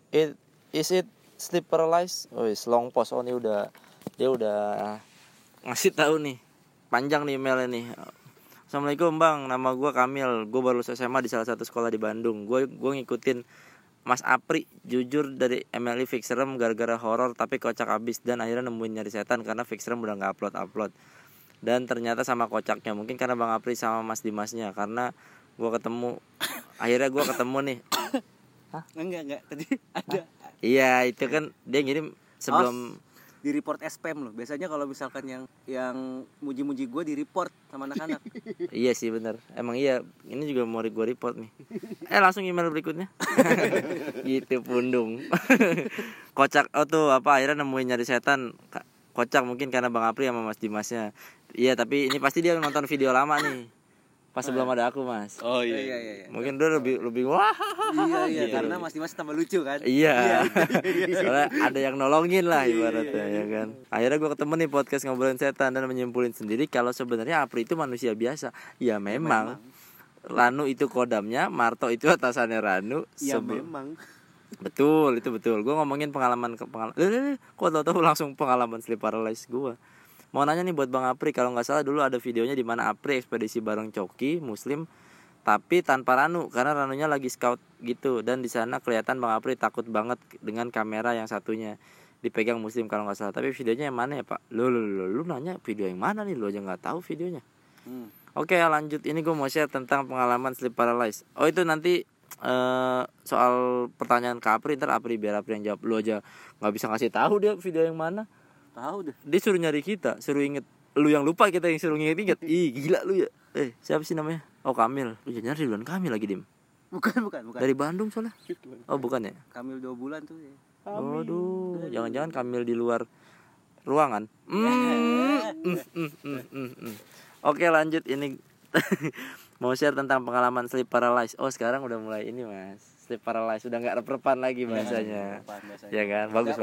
A: Is it sleep paralysis? Long post. Ini dia udah ngasih tahu nih. Panjang nih emailnya nih. Assalamualaikum Bang, nama gue Kamil. Gue baru lulus SMA di salah satu sekolah di Bandung. Gue ngikutin Mas Apri, jujur dari MLI Fixerem gara-gara horor tapi kocak abis, dan akhirnya nemuin Nyari Setan karena Fixerem udah nggak upload. Dan ternyata sama kocaknya, mungkin karena Bang Apri sama Mas Dimasnya, karena gue ketemu akhirnya gue ketemu nih.
B: Hah? Enggak tadi ada.
A: Iya itu kan dia ngirim sebelum
B: di report spam loh. Biasanya kalau misalkan yang muji-muji gue di report sama anak-anak.
A: Iya sih benar. Emang iya, ini juga mau gue report nih. Langsung email berikutnya. Gitu pundung. Kocak tuh akhirnya nemuin Nyari Setan. Kocak mungkin karena Bang Apri sama Mas Dimasnya. Iya, tapi ini pasti dia nonton video lama nih. Pas sebelum ada aku, Mas.
C: Oh iya.
A: Mungkin dia lebih wah.
B: Iya, gitu. Karena Mas Dimas tambah lucu kan.
A: Iya. Soalnya ada yang nolongin lah ibaratnya ya kan. Akhirnya gue ketemu nih podcast Ngobrolin Setan dan menyimpulin sendiri kalau sebenarnya Apri itu manusia biasa. Ya memang. Ranu itu kodamnya, Marto itu atasannya Ranu.
B: Ya memang.
A: Betul, itu betul. Gue ngomongin pengalaman. Kok tahu langsung pengalaman sleep paralysis gue. Mau nanya nih buat Bang Apri, kalau nggak salah dulu ada videonya di mana Apri ekspedisi bareng Coki Muslim tapi tanpa Ranu karena Ranunya lagi scout gitu, dan di sana kelihatan Bang Apri takut banget dengan kamera yang satunya dipegang Muslim kalau nggak salah. Tapi videonya yang mana ya Pak? Lu nanya video yang mana nih, lu aja nggak tahu videonya. Oke, lanjut. Ini gue mau share tentang pengalaman sleep paralysis. Oh itu nanti soal pertanyaan ke Apri, ntar biar Apri yang jawab. Lu aja nggak bisa ngasih tahu dia video yang mana.
B: Tahu deh.
A: Dia suruh nyari kita, suruh inget. Lu yang lupa, kita yang suruh inget. Ih gila lu ya. Siapa sih namanya? Oh Kamil. Lu nyari Ridwan Kamil lagi Dim.
B: Bukan.
A: Dari Bandung soalnya. Oh bukan ya?
B: Kamil 2 bulan tuh ya.
A: Aduh, jangan-jangan Kamil di luar ruangan. Oke lanjut, ini mau share tentang pengalaman sleep paralysis. Oh sekarang udah mulai ini Mas, sleep paralysis udah nggak reperpan lagi bahasanya. Ya kan, bagus.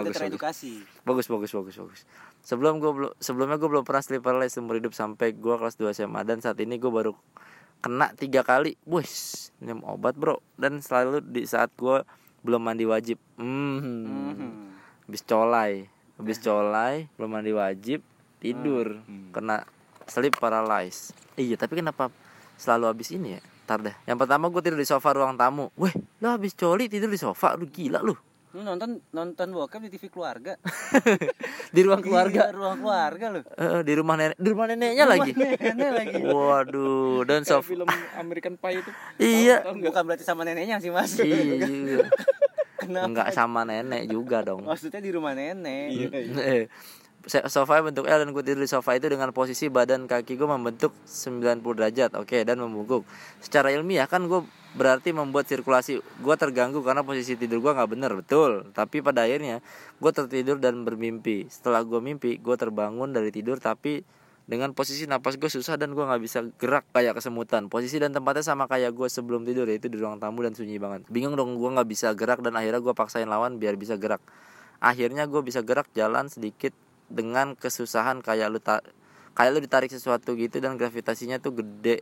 A: Sebelumnya gue belum pernah sleep paralysis seumur hidup sampai gue kelas 2 SMA, dan saat ini gue baru kena 3 kali. Wih, minum obat bro, dan selalu di saat gue belum mandi wajib. Habis colai, belum mandi wajib, tidur, kena sleep paralysis. Iya, tapi kenapa selalu habis ini ya? Ntar deh. Yang pertama gue tidur di sofa ruang tamu. Weh, lo habis coli tidur di sofa, lu gila lu.
B: Lu nonton bokep di TV keluarga.
A: Di ruang keluarga.
B: Iya, ruang keluarga lu.
A: Di rumah neneknya lagi. Waduh, dan sofa
C: film American Pie itu.
A: Iya.
B: Bukan berarti sama neneknya sih Mas.
A: Iya juga.
B: Kenapa?
A: Enggak sama nenek juga dong.
B: Maksudnya di rumah nenek.
A: Iya. Sofa bentuk L dan gue tidur di sofa itu dengan posisi badan kaki gue membentuk 90 derajat. Oke, dan membungkuk. Secara ilmiah kan gue berarti membuat sirkulasi gue terganggu karena posisi tidur gue gak bener. Betul. Tapi pada akhirnya gue tertidur dan bermimpi. Setelah gue mimpi, gue terbangun dari tidur tapi dengan posisi napas gue susah dan gue gak bisa gerak kayak kesemutan. Posisi dan tempatnya sama kayak gue sebelum tidur, yaitu di ruang tamu dan sunyi banget. Bingung dong, gue gak bisa gerak dan akhirnya gue paksain lawan biar bisa gerak. Akhirnya gue bisa gerak, jalan sedikit dengan kesusahan kayak lu ditarik sesuatu gitu, dan gravitasinya tuh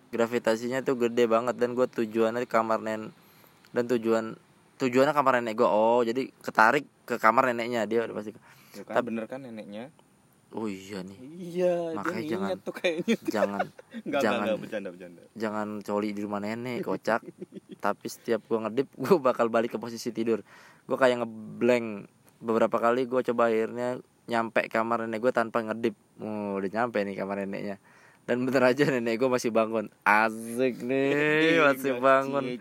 A: gede banget. Dan gue tujuannya di kamar dan tujuannya kamar nenek gue. Oh, jadi ketarik ke kamar neneknya dia udah pasti.
C: Ya kan, bener kan neneknya?
A: Oh iya nih.
C: Iya,
A: makanya
C: dia ingat tuh kayaknya.
A: Jangan
C: bercanda.
A: Jangan coli di rumah nenek, kocak. Tapi setiap gue ngedip, gue bakal balik ke posisi tidur. Gue kayak ngeblank. Beberapa kali gue coba akhirnya nyampe kamar nenek gue tanpa ngedip. Udah nyampe nih kamar neneknya. Dan bener aja nenek gue masih bangun. Asik nih, masih bangun.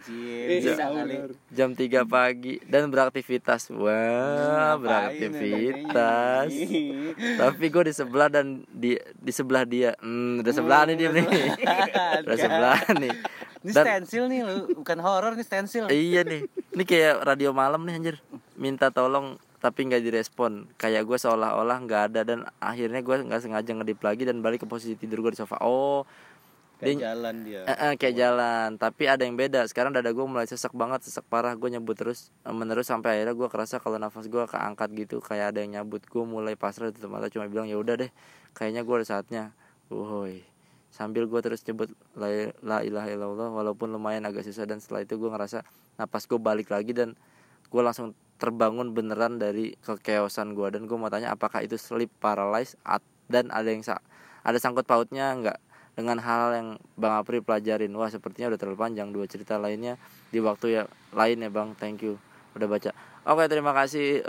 A: Jam 3 pagi dan beraktivitas. Wah, beraktivitas. Tapi gue di sebelah dan di sebelah dia. Udah sebelah nih dia nih. Udah sebelah nih.
B: Ini stensil nih lu, bukan horor, nih stensil.
A: Iya nih. Ini kayak radio malam nih anjir. Minta tolong tapi nggak direspon, kayak gue seolah-olah nggak ada, dan akhirnya gue nggak sengaja ngedip lagi dan balik ke posisi tidur gue di sofa.
C: Kayak jalan dia.
A: Kayak jalan, tapi ada yang beda. Sekarang dada gue mulai sesak parah. Gue nyebut menerus sampai akhirnya gue kerasa kalau nafas gue keangkat gitu, kayak ada yang nyabut. Gue mulai pasrah, tutup mata, cuma bilang ya udah deh, kayaknya gue udah saatnya. Woi, sambil gue terus nyebut la ilaha illallah, walaupun lumayan agak susah. Dan setelah itu gue ngerasa napas gue balik lagi, dan gue langsung terbangun beneran dari kekeosan gue. Dan gue mau tanya, apakah itu sleep paralysis dan ada sangkut pautnya nggak dengan hal yang Bang Apri pelajarin? Wah, sepertinya udah terlalu panjang. 2 cerita lainnya di waktu lain ya Bang. Thank you udah baca. Oke, terima kasih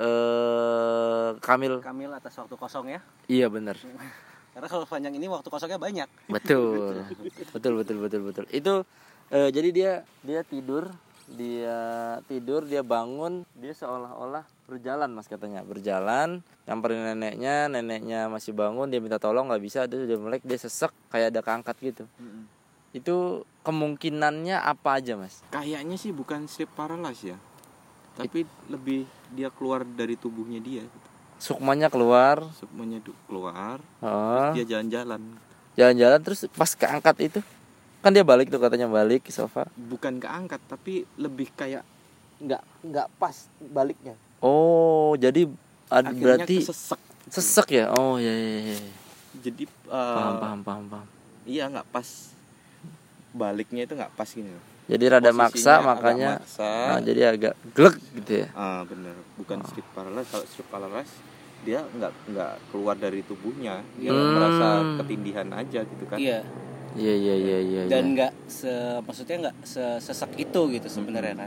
A: Kamil
B: atas waktu kosong ya.
A: Iya bener.
B: Karena kalau panjang ini waktu kosongnya banyak.
A: Betul. Itu jadi dia tidur, dia bangun, dia seolah-olah berjalan, Mas, katanya berjalan, nyamperin neneknya masih bangun, dia minta tolong nggak bisa, dia udah melek, dia sesek kayak ada keangkat gitu. Itu kemungkinannya apa aja, Mas?
C: Kayaknya sih bukan sleep paralysis ya, tapi lebih dia keluar dari tubuhnya dia.
A: Sukmanya keluar.
C: Terus dia
A: jalan-jalan terus pas keangkat itu kan dia balik tuh, katanya balik ke sofa.
C: Bukan keangkat, tapi lebih kayak
A: nggak pas baliknya. Oh, jadi berarti sesek ya. Oh ya.
C: Jadi
A: paham.
C: Iya, nggak pas, baliknya itu nggak pas gini.
A: Jadi rada maksa, makanya nah, jadi agak glek gitu ya.
C: Bener, bukan sleep paralysis. Kalau sleep paralysis dia nggak keluar dari tubuhnya, dia merasa ketindihan aja gitu kan.
B: Iya. Dan nggak maksudnya nggak sesek itu gitu sebenarnya kan.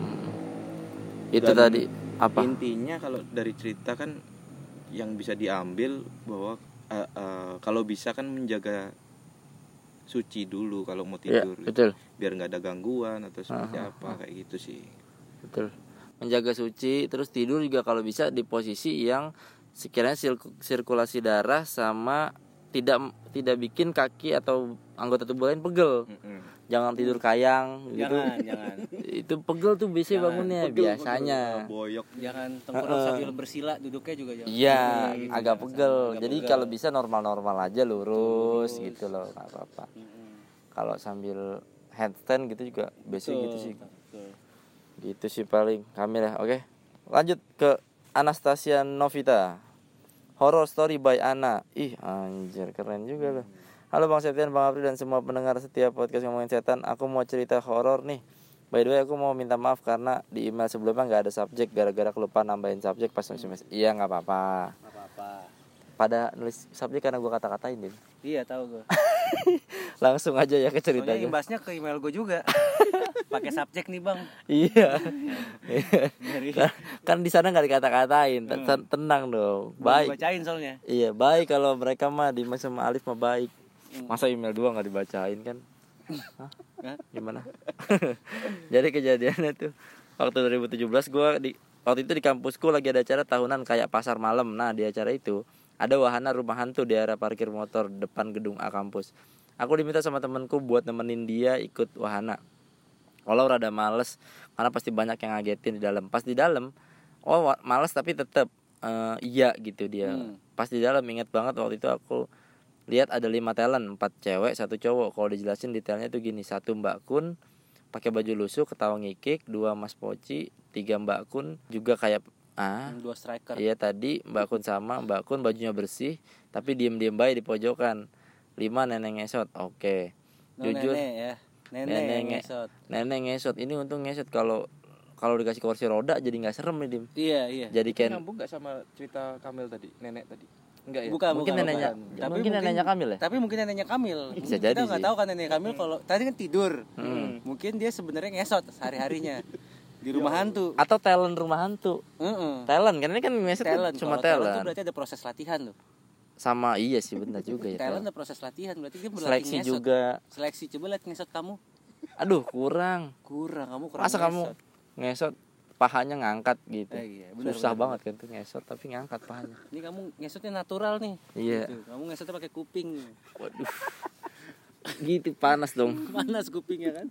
A: Itu dan tadi apa?
C: Intinya kalau dari cerita kan yang bisa diambil bahwa kalau bisa kan menjaga suci dulu kalau mau tidur.
A: Ya, betul.
C: Biar nggak ada gangguan atau seperti apa kayak gitu sih.
A: Betul. Menjaga suci, terus tidur juga kalau bisa di posisi yang sekiranya sirkulasi darah sama tidak bikin kaki atau anggota tubuh lain pegel. Jangan tidur kayang gitu.
B: Jangan.
A: Itu pegel tuh biasanya bangunnya biasanya.
C: Boyok.
B: Jangan tengkurap sambil bersila, duduknya juga jangan.
A: Iya, agak pegel. Jadi kalau bisa normal-normal aja, lurus gitu loh, enggak apa-apa. Kalau sambil handstand gitu juga biasanya gitu sih. Gitu sih paling Kamil ya. Oke. Lanjut ke Anastasia Novita. Horror Story by Ana. Ih, anjir, keren juga loh. Halo Bang Septian, Bang Apri, dan semua pendengar setiap podcast ngomongin setan. Aku mau cerita horor nih. By the way, aku mau minta maaf karena di email sebelumnya nggak ada subjek, gara-gara kelupaan nambahin subjek pas nulis SMS. Iya, nggak apa-apa. Pada nulis subjek karena gue kata-katain deh.
B: Iya, tahu gue.
A: Langsung aja ya ke ceritanya.
B: Soalnya imbasnya ke email gue juga. Pakai subjek nih Bang.
A: Iya. Kan di sana nggak dikata-katain. Tenang dong. Baik.
B: Bacain soalnya.
A: Iya, baik kalau mereka mah di sama Alif mah baik. Masa email 2 nggak dibacain kan? Hah? Gimana? Jadi kejadiannya tuh waktu 2017 waktu itu di kampusku lagi ada acara tahunan kayak pasar malam. Nah, di acara itu ada wahana rumah hantu di area parkir motor depan gedung A kampus. Aku diminta sama temanku buat nemenin dia ikut wahana. Walau rada males karena pasti banyak yang ngagetin di dalam. Pas di dalam, males tapi tetap iya gitu dia. Pas di dalam inget banget waktu itu aku lihat ada 5 talent, 4 cewek, 1 cowok. Kalau dijelasin detailnya tuh gini: 1 Mbak Kun pakai baju lusuh ketawa ngikik, 2 Mas Poci, 3 Mbak Kun juga kayak
B: Yang 2 striker.
A: Iya tadi Mbak Kun sama Mbak Kun bajunya bersih tapi diem baik di pojokan. 5 nenek ngesot. Oke. Jujur
B: Nenek ya. Nenek ngesot.
A: Nenek ngesot. Ini untung ngesot, kalau dikasih kursi roda jadi nggak serem nih Dim.
B: Iya.
A: Jadi kan
C: Nyambung nggak sama cerita Kamil tadi, nenek tadi? Enggak ya?
A: mungkin neneknya.
B: Tapi
A: Mungkin neneknya Kamil ya?
B: Tapi mungkin neneknya Kamil.
A: Bisa
B: Kita
A: jadi
B: nggak
A: sih.
B: tahu kan nenek Kamil kalau tadi kan tidur. Mungkin dia sebenarnya ngesot sehari-harinya di rumah hantu.
A: Atau talent rumah hantu. Talent kan, ini kan ngesot
B: Talent.
A: cuma
B: Kalau
A: talent.
B: itu berarti ada proses latihan tuh.
A: Sama iya sih benar juga ya.
B: Talent ada proses latihan, berarti dia berlatih
A: Seleksi
B: ngesot.
A: juga.
B: Seleksi, coba lihat ngesot kamu.
A: Aduh kurang.
B: Kamu kurang.
A: Masa kamu ngesot pahanya ngangkat gitu.
B: Iya, benar,
A: Susah
B: benar.
A: banget kan tuh ngesot tapi ngangkat pahanya.
B: Ini kamu ngesotnya natural nih.
A: Iya.
B: Gitu. Kamu ngesotnya pakai kuping.
A: Waduh. Gitu panas dong.
B: Panas kupingnya kan?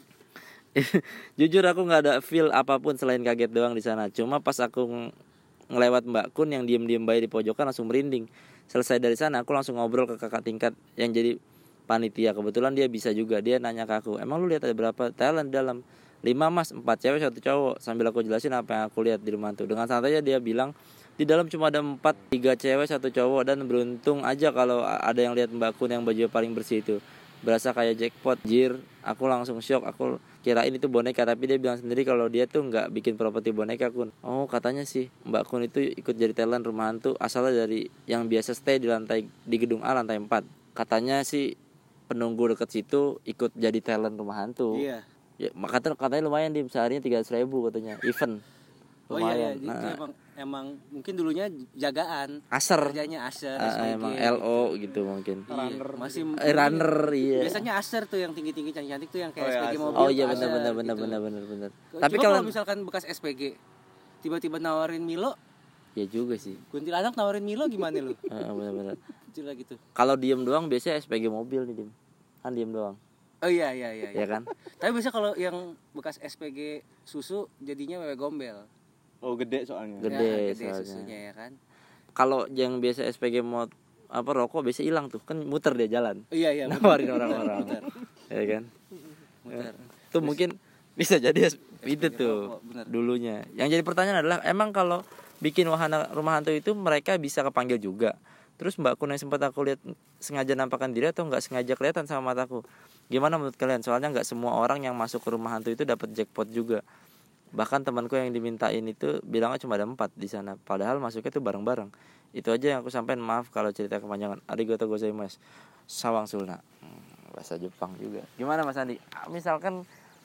A: Jujur aku nggak ada feel apapun selain kaget doang di sana. Cuma pas aku ngelewat Mbak Kun yang diem baik di pojokan langsung merinding. Selesai dari sana aku langsung ngobrol ke kakak tingkat yang jadi panitia. Kebetulan dia bisa juga. Dia nanya ke aku, emang lu lihat ada berapa talent di dalam? 5 mas, 4 cewek 1 cowok. Sambil aku jelasin apa yang aku lihat di rumah itu. Dengan santainya dia bilang di dalam cuma ada 4, 3 cewek 1 cowok. Dan beruntung aja kalau ada yang lihat Mbak Kun yang baju paling bersih itu. Berasa kayak jackpot. Jir, aku langsung shock. Aku kirain itu boneka, tapi dia bilang sendiri kalau dia tuh nggak bikin properti boneka Kun. Oh katanya sih Mbak Kun itu ikut jadi talent rumah hantu asalnya dari yang biasa stay di gedung A lantai 4. Katanya sih penunggu deket situ ikut jadi talent rumah hantu.
B: Iya.
A: Ya, katanya lumayan Dim, seharinya 300.000 katanya event.
B: Oh iya,
A: Lumayan.
B: jadi emang mungkin dulunya jagaan.
A: Aser.
B: Kerjanya aser, SPG.
A: Emang LO gitu mungkin.
B: Iya, masih
A: Runner iya.
B: biasanya aser tuh yang tinggi-tinggi cantik-cantik tuh yang kayak SPG mobil.
A: Oh iya
B: aser
A: benar.
B: gitu.
A: Tapi
B: Coba
A: kalau
B: misalkan bekas SPG tiba-tiba nawarin Milo,
A: ya juga sih.
B: kuntilanak nawarin Milo gimana lu?
A: Benar.
B: Gila gitu.
A: Kalau diem doang biasanya SPG mobil nih Dim. Kan diem doang.
B: Oh iya.
A: Ya kan?
B: Tapi biasanya kalau yang bekas SPG susu jadinya wewe gombel.
C: Oh gede soalnya.
A: Gede
B: Ya, gede
A: soalnya.
B: susunya ya kan.
A: Kalau yang biasa SPG rokok biasa hilang tuh. Kan muter dia jalan.
B: Iya.
A: Nawarin orang-orang. Ya kan?
B: Muter.
A: Tuh mungkin bisa jadi itu
B: SPG
A: tuh
B: rokok, bener.
A: dulunya. Yang jadi pertanyaan adalah emang kalau bikin wahana rumah hantu itu mereka bisa kepanggil juga. Terus Mbak Kun yang sempat aku lihat sengaja nampakkan diri atau nggak sengaja kelihatan sama mataku? Gimana menurut kalian? Soalnya nggak semua orang yang masuk ke rumah hantu itu dapat jackpot juga. Bahkan temanku yang dimintain itu bilangnya cuma ada 4 di sana. Padahal masuknya tuh bareng-bareng. Itu aja yang aku sampaikan. Maaf kalau cerita kepanjangan. Arigato gozaimasu. Sawang Sulna. Bahasa Jepang juga. Gimana Mas Andi? Misalkan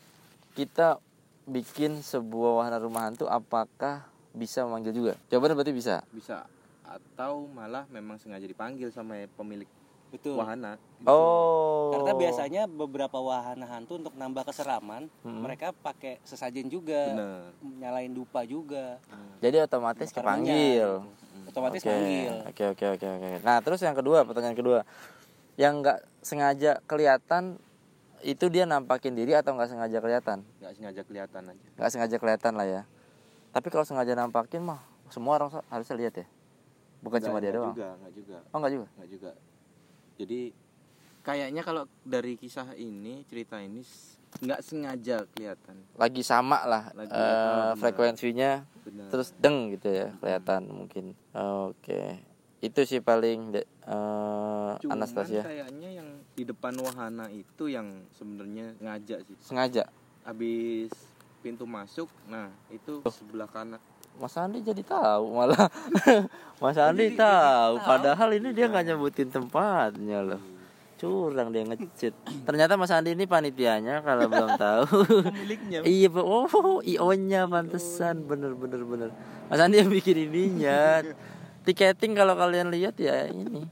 A: kita bikin sebuah wahana rumah hantu, apakah bisa memanggil juga? Jawabannya berarti bisa.
C: Bisa. Atau malah memang sengaja dipanggil sama pemilik
B: Betul.
C: wahana.
A: Oh.
B: Karena biasanya beberapa wahana hantu untuk nambah keseraman, mereka pakai sesajen juga,
C: Bener.
B: nyalain dupa juga.
A: Jadi otomatis
B: Bakar
A: kepanggil.
B: minyak gitu. Otomatis
A: Oke.
B: panggil.
A: Oke. Nah, terus yang kedua, pertanyaan kedua. Yang nggak sengaja kelihatan itu dia nampakin diri atau nggak sengaja kelihatan?
C: Nggak sengaja kelihatan aja.
A: Nggak sengaja kelihatan lah ya. Tapi kalau sengaja nampakin mah semua orang harusnya lihat ya. Bukan cuma dia doang.
C: Nggak juga.
A: Oh, nggak juga.
C: Nggak juga. Jadi kayaknya kalau dari kisah ini, cerita ini nggak sengaja kelihatan.
A: Lagi sama lah
C: Lagi, benar.
A: frekuensinya.
C: Benar.
A: Terus deng gitu ya kelihatan mungkin. Oke. Itu sih paling
C: Cuman
A: Anastasia.
C: kayaknya yang di depan wahana itu yang sebenarnya ngajak sih.
A: Sengaja.
C: Habis pintu masuk, nah itu sebelah kanan.
A: Mas Andi jadi tahu malah. Mas Andi tahu. Padahal ini dia nggak nyebutin tempatnya loh. Curang dia nge-cheat. Ternyata Mas Andi ini panitianya kalau belum tahu.
C: Pemiliknya.
A: Iya, IO-nya pantesan. Bener. Mas Andi yang bikin ininya. Tiketing kalau kalian lihat ya ini.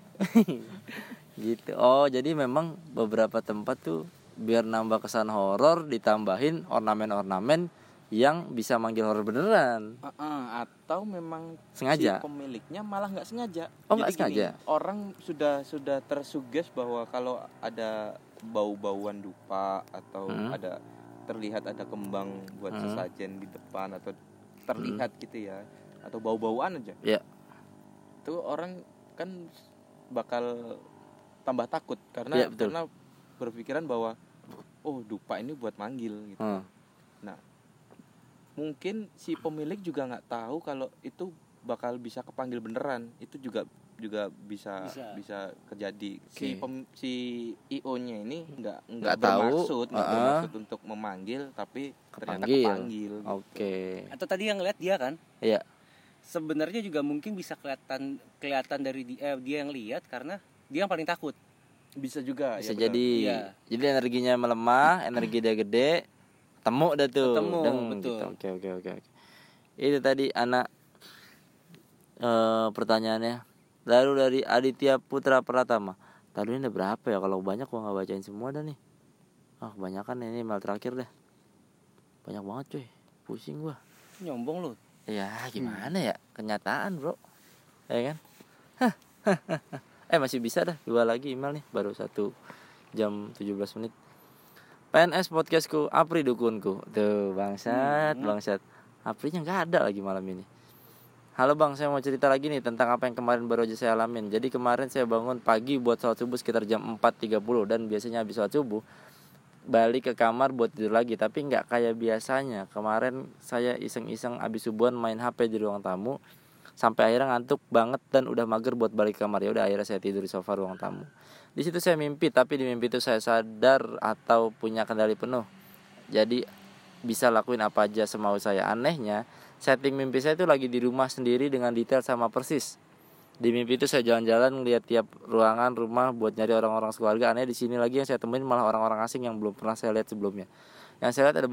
A: Gitu. Oh, jadi memang beberapa tempat tuh biar nambah kesan horor ditambahin ornamen-ornamen yang bisa manggil horor beneran.
C: Atau memang
A: Sengaja?
C: si pemiliknya malah nggak sengaja.
A: Oh, nggak
C: Jadi gini,
A: sengaja?
C: orang sudah tersuges bahwa kalau ada bau-bauan dupa atau terlihat ada kembang buat sesajen di depan atau terlihat gitu ya, atau bau-bauan aja,
A: Ya.
C: itu orang kan bakal tambah takut
A: Iya, betul.
C: karena berpikiran bahwa oh dupa ini buat manggil gitu. Nah, mungkin si pemilik juga nggak tahu kalau itu bakal bisa kepanggil beneran. Itu juga bisa terjadi. Si IO-nya ini nggak
A: tahu,
C: bermaksud untuk memanggil, tapi ternyata kepanggil.
A: Oke.
B: Atau tadi yang lihat dia kan?
A: Iya.
B: Sebenarnya juga mungkin bisa kelihatan dari dia yang lihat karena dia yang paling takut.
C: Bisa juga.
A: Bisa
C: ya,
A: jadi.
B: Iya.
A: Jadi energinya melemah, energi dia gede, ketemu dah tuh.
B: Betul.
A: Gitu. Oke. Itu tadi anak pertanyaannya. Lalu dari Aditya Putra Pratama. Tadi ini ada berapa ya? Kalau banyak gua nggak bacain semua dah nih. Kebanyakan ini email terakhir deh. Banyak banget cuy. Pusing gua.
B: Nyombong lu.
A: Ya gimana ya? Kenyataan bro. Ya kan? Masih bisa dah. 2 lagi email nih. Baru 1 jam 17 menit. PNS podcastku, Apri dukunku. Tuh bangsat. Aprinya gak ada lagi malam ini. Halo bang, saya mau cerita lagi nih tentang apa yang kemarin baru aja saya alamin. Jadi kemarin saya bangun pagi buat sholat subuh sekitar jam 4.30. Dan biasanya habis sholat subuh balik ke kamar buat tidur lagi. Tapi gak kayak biasanya. Kemarin saya iseng-iseng habis subuhan main HP di ruang tamu. Sampai akhirnya ngantuk banget dan udah mager buat balik ke kamar. Ya udah akhirnya saya tidur di sofa ruang tamu. Di situ saya mimpi, tapi di mimpi itu saya sadar atau punya kendali penuh. Jadi bisa lakuin apa aja semau saya. Anehnya setting mimpi saya itu lagi di rumah sendiri dengan detail sama persis. Di mimpi itu saya jalan-jalan ngeliat tiap ruangan rumah buat nyari orang-orang sekeluarga. Aneh di sini lagi yang saya temuin malah orang-orang asing yang belum pernah saya lihat sebelumnya. Yang saya lihat ada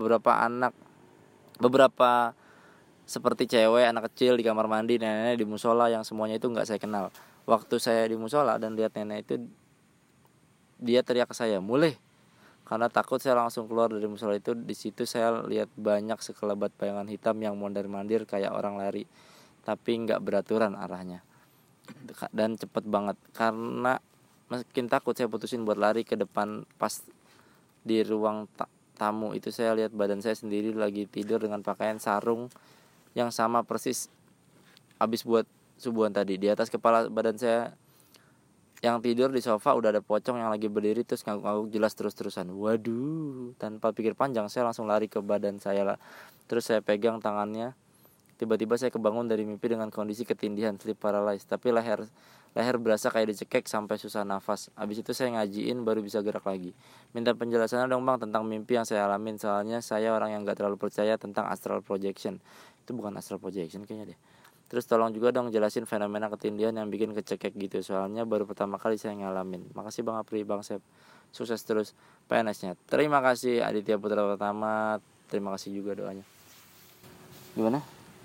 A: beberapa seperti cewek, anak kecil di kamar mandi, nenek di musola yang semuanya itu nggak saya kenal. Waktu saya di musola dan lihat nenek itu, dia teriak ke saya, mulai. Karena takut saya langsung keluar dari musola itu. Di situ saya lihat banyak sekelebat bayangan hitam yang mondar-mandir kayak orang lari, tapi nggak beraturan arahnya dan cepet banget. Karena makin takut saya putusin buat lari ke depan. Pas di ruang tamu itu saya lihat badan saya sendiri lagi tidur dengan pakaian sarung yang sama persis habis buat subuhan tadi. Di atas kepala badan saya yang tidur di sofa udah ada pocong yang lagi berdiri terus ngangguk-ngangguk jelas terus-terusan. Waduh, tanpa pikir panjang saya langsung lari ke badan saya lah. Terus saya pegang tangannya. Tiba-tiba saya kebangun dari mimpi dengan kondisi ketindihan, sleep paralysis. Tapi leher berasa kayak dicekek sampai susah nafas. Habis itu saya ngajiin baru bisa gerak lagi. Minta penjelasannya dong bang tentang mimpi yang saya alamin. Soalnya saya orang yang gak terlalu percaya tentang astral projection. Itu bukan astral projection kayaknya deh. Terus tolong juga dong jelasin fenomena ketindihan yang bikin kecekek gitu. Soalnya baru pertama kali saya ngalamin. Makasih Bang Apri, Bang Sep. Sukses terus PNS-nya. Terima kasih Aditya Putra Pertama. Terima kasih juga doanya. Gimana?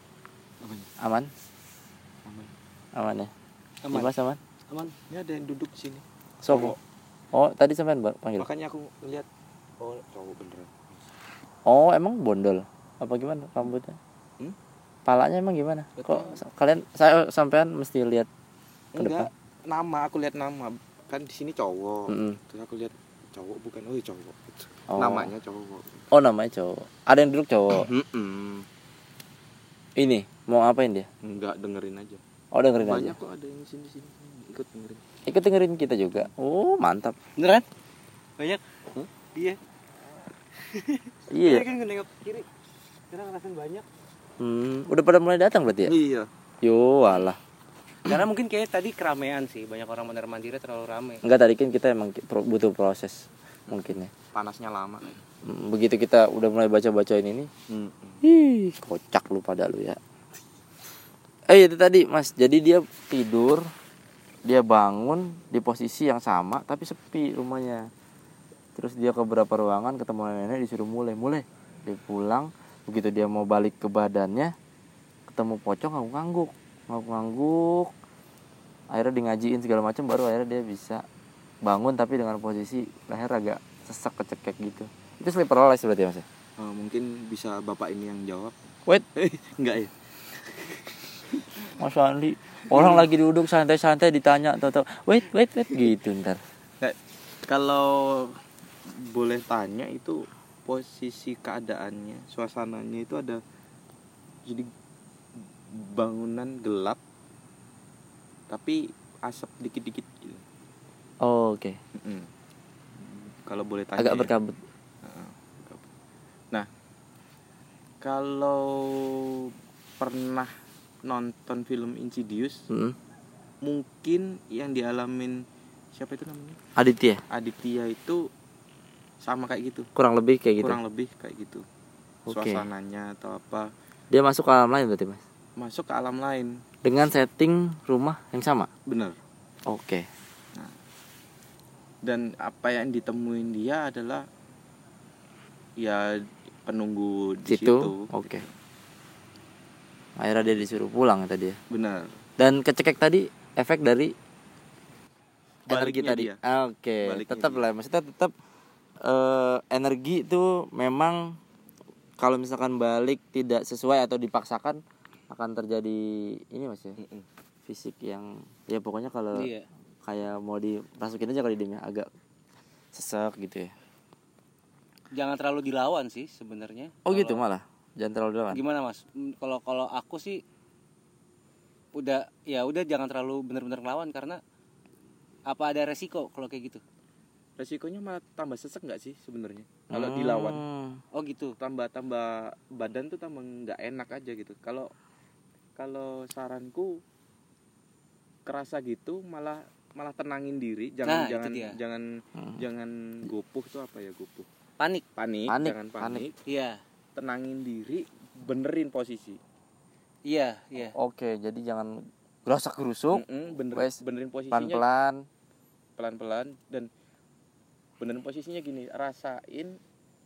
A: Aman? Aman ya?
B: Aman.
A: Mas aman?
C: Aman. Ini ada yang duduk di sini.
A: Sopo. Oh, tadi sampean panggil.
C: Makanya aku lihat cowok beneran.
A: Oh, emang bondol. Apa gimana rambutnya? Palanya emang gimana?
C: Betul.
A: Kok kalian saya sampean mesti lihat ke depan?
C: Enggak, nama aku lihat nama. Kan di sini cowok. Terus aku lihat cowok bukan cowok. Namanya cowok.
A: Oh, namanya cowok. Ada yang duduk cowok. Ini mau ngapain dia?
C: Enggak, dengerin aja.
A: Oh, dengerin aja.
C: Banyak kok ada yang sini ikut dengerin.
A: Ikut dengerin kita juga. Oh, mantap.
B: Beneran? Banyak? Iya.
A: Iya.
B: Kan nengok kiri. Sekarang ngerasain banyak.
A: Udah pada mulai datang berarti ya?
C: Iya.
A: Yo, alah.
B: Karena mungkin kayak tadi keramaian sih, banyak orang mondar mandir terlalu ramai.
A: Enggak, tadi kan kita emang butuh proses mungkin ya.
C: Panasnya lama.
A: Begitu kita udah mulai baca-bacain ini. Kocak lu pada lu ya. Itu tadi Mas, jadi dia tidur, dia bangun di posisi yang sama tapi sepi rumahnya. Terus dia ke beberapa ruangan ketemu nenek disuruh mulai. Dia pulang. Begitu dia mau balik ke badannya, ketemu pocong ngangguk. Akhirnya di ngajiin segala macam baru akhirnya dia bisa bangun tapi dengan posisi leher agak sesak kecekek gitu. Itu sleep paralysis berarti ya Mas?
C: Mungkin bisa Bapak ini yang jawab.
A: Wait,
C: enggak ya?
A: Mas Andi, orang lagi duduk santai-santai ditanya tahu wait gitu ntar.
C: Kalau boleh tanya itu posisi keadaannya, suasananya itu ada jadi bangunan gelap tapi asap dikit-dikit gitu.
A: Oh, oke.
C: Kalau boleh tanya.
A: Agak berkabut.
C: Nah, Kalau pernah nonton film Insidious, mungkin yang dialamin siapa itu namanya? Aditya itu sama kayak gitu.
A: Kurang lebih kayak gitu.
C: Kurang lebih kayak gitu.
A: Oke.
C: Suasananya atau apa.
A: Dia masuk ke alam lain berarti, Mas.
C: Masuk ke alam lain.
A: Dengan setting rumah yang sama.
C: Bener.
A: Oke.
C: Nah, dan apa yang ditemuin dia adalah ya penunggu di situ.
A: Oke. Akhirnya dia disuruh pulang tadi ya.
C: Benar.
A: Dan kecekek tadi efek dari energi
C: Baliknya
A: tadi.
C: dia.
A: Oke.
C: Baliknya
A: Tetap
C: dia.
A: lah, maksudnya tetap energi itu memang kalau misalkan balik tidak sesuai atau dipaksakan akan terjadi ini Mas ya. Fisik yang ya pokoknya kalau
B: Iya.
A: kayak mau dimasukin aja kali dia agak sesek gitu ya.
B: Jangan terlalu dilawan sih sebenarnya.
A: Oh gitu malah. Jangan terlalu dilawan.
B: Gimana Mas? Kalau aku sih udah jangan terlalu benar-benar ngelawan, karena apa ada resiko kalau kayak gitu.
C: Resikonya malah tambah sesek nggak sih sebenarnya kalau dilawan.
B: Oh gitu.
C: Tambah badan tuh tambah nggak enak aja gitu. Kalau saranku kerasa gitu malah tenangin diri, jangan jangan gopuh tuh apa ya, gopuh.
B: Panik.
C: Jangan panik.
B: Iya.
C: Tenangin diri, benerin posisi.
B: Iya.
A: Oke, jadi jangan gerosak gerusuk.
C: Benerin posisinya pelan-pelan dan benerin posisinya gini, rasain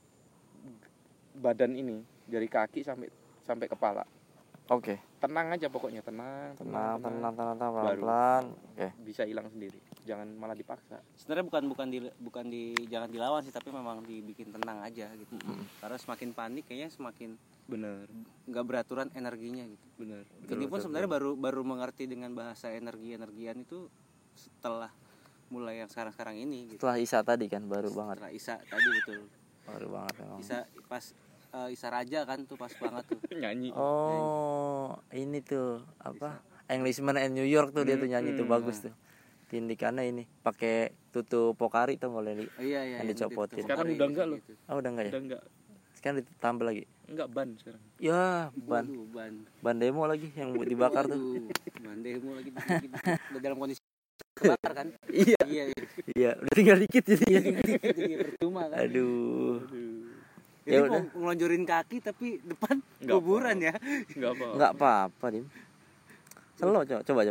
C: badan ini dari kaki sampai kepala.
A: Oke.
C: Tenang aja pokoknya, tenang
A: pelan-pelan. Oke.
C: Bisa hilang sendiri. Jangan malah dipaksa.
B: Sebenarnya bukan jangan dilawan sih, tapi memang dibikin tenang aja gitu. Karena semakin panik kayaknya semakin
C: Bener.
B: nggak beraturan energinya gitu.
C: Bener.
B: Ini pun sebenarnya baru mengerti dengan bahasa energian itu setelah mulai yang sekarang ini gitu.
A: Setelah Isa tadi kan baru banget.
B: Setelah Isa tadi betul.
A: Baru banget memang.
B: Isa Raja kan tuh pas banget tuh.
C: Nyanyi.
A: Oh, ini tuh apa? Englishman and New York tuh dia tuh nyanyi tuh bagus tuh. Tindikannya ini pakai tutup Pokari tuh boleh
B: Iya,
A: yang dicopotin.
C: Sekarang udah enggak loh.
A: Oh, udah enggak ya?
C: Udah enggak.
A: Sekarang ditambah lagi.
C: Enggak ban sekarang.
A: Ya, ban.
B: Waduh,
A: Ban demo lagi yang dibakar tuh.
B: Ban demo lagi udah dalam kondisi kebakar kan?
A: Iya, udah tinggal dikit jadi.
B: Jadi percuma kan.
A: Aduh.
B: Jadi
A: Ya
B: mau
A: udah.
B: ngelonjorin kaki tapi depan
C: Nggak
B: kuburan ya.
C: Enggak
A: Apa-apa, Dim. Selo coba.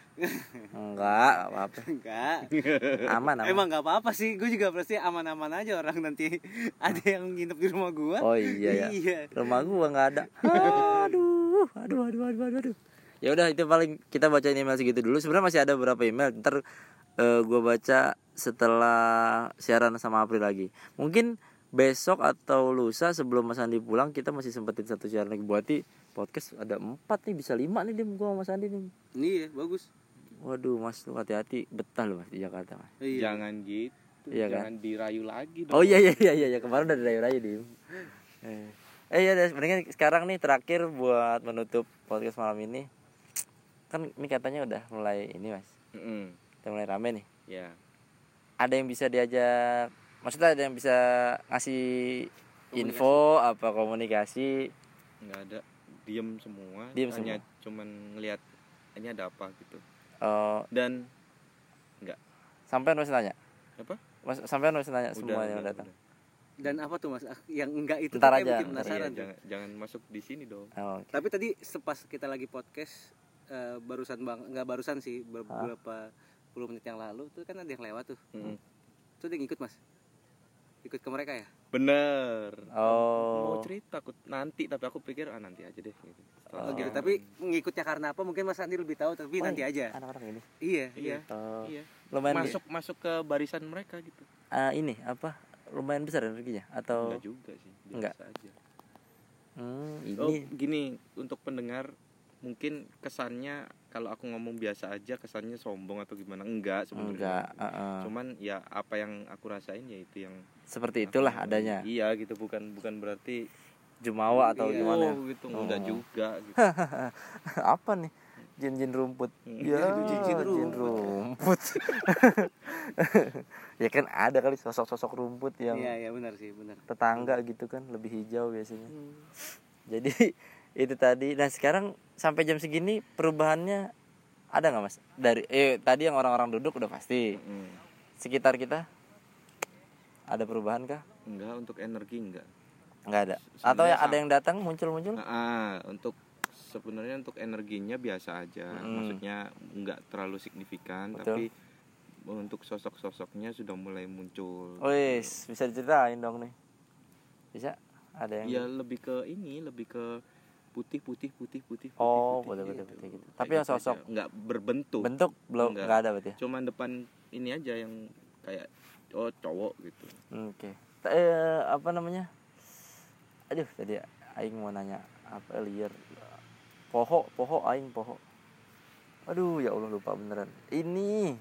A: Enggak apa-apa.
B: Enggak.
A: Aman.
B: Emang enggak apa-apa sih. Gue juga pasti aman-aman aja, orang nanti ada yang nginep di rumah gua.
A: Oh iya ya.
B: Iya.
A: Rumah gua enggak ada. Aduh. Ya udah itu paling kita bacain email segitu dulu. Sebenarnya masih ada beberapa email. Ntar gua baca setelah siaran sama April lagi. Mungkin besok atau lusa sebelum Mas Andi pulang kita masih sempetin satu siaran lagi. Berarti podcast ada 4 nih, bisa 5 nih Dim gua sama Mas Andi nih.
B: Iya, bagus.
A: Waduh Mas, lu hati-hati, betah lu Mas di Jakarta Mas.
B: Iya.
C: Jangan gitu.
A: Iya kan?
C: Jangan dirayu lagi dong.
A: Oh iya kemarin udah dirayu-rayu Dim. Ya udah mendingan sekarang nih terakhir buat menutup podcast malam ini. Kan ini katanya udah mulai ini Mas. Udah mulai rame nih.
C: Ya.
A: Ada yang bisa diajak, maksudnya ada yang bisa ngasih info apa komunikasi?
C: Enggak ada. Diem semua.
A: Hanya
C: cuman ngelihat ini ada apa gitu.
A: Dan
C: enggak.
A: Sampai harus nanya.
C: Apa?
A: Sampai harus nanya semuanya yang datang.
B: Dan apa tuh Mas? Yang enggak itu
A: Ntar
B: tapi
A: aja,
B: bikin penasaran.
C: Iya, jangan masuk di sini dong.
A: Okay.
B: Tapi tadi sepas kita lagi podcast nggak barusan sih, beberapa puluh menit yang lalu tuh kan ada yang lewat tuh. Tuh dia ngikut Mas. Ikut ke mereka ya?
C: Bener.
A: Oh.
C: Mau cerita nanti, tapi aku pikir nanti aja deh gitu.
B: Gitu. Tapi ngikutnya karena apa? Mungkin Mas Andi lebih tahu, tapi nanti aja.
A: Anak-anak ini.
B: Iya.
C: Iya.
A: Lumayan
C: masuk ke barisan mereka gitu.
A: Ini apa? Lumayan besar energinya atau
C: enggak juga sih, biasa
A: enggak
C: aja.
A: Ini
C: Gini, untuk pendengar mungkin kesannya kalau aku ngomong biasa aja kesannya sombong atau gimana, enggak sebenarnya. Cuman ya apa yang aku rasain ya itu yang
A: seperti itulah adanya.
C: Iya gitu, bukan berarti
A: jumawa atau gimana.
C: Gitu, enggak juga gitu.
A: Apa nih? Jin rumput. Ya, jin rumput. Ya kan ada kali sosok-sosok rumput yang
B: Iya benar sih, benar.
A: tetangga gitu kan, lebih hijau biasanya. Jadi itu tadi. Nah sekarang sampai jam segini perubahannya ada nggak mas? Dari tadi yang orang-orang duduk udah pasti. Sekitar kita ada perubahan kah?
C: Enggak, untuk energi enggak.
A: Nggak ada. Atau ya ada yang datang muncul?
C: Untuk sebenarnya untuk energinya biasa aja. Maksudnya enggak terlalu signifikan.
A: Betul.
C: Tapi untuk sosok-sosoknya sudah mulai muncul.
A: Wis, bisa diceritain dong nih. Bisa? Ada yang
C: Ya lebih ke putih.
A: Oh, putih gitu. Tapi yang sosok
C: enggak berbentuk.
A: bentuk belum enggak ada berarti ya?
C: Cuman depan ini aja yang kayak cowok gitu.
A: Oke. Apa namanya? Aduh, tadi aing mau nanya apa liar. Poho aing poho. Aduh, ya Allah lupa beneran. Ini.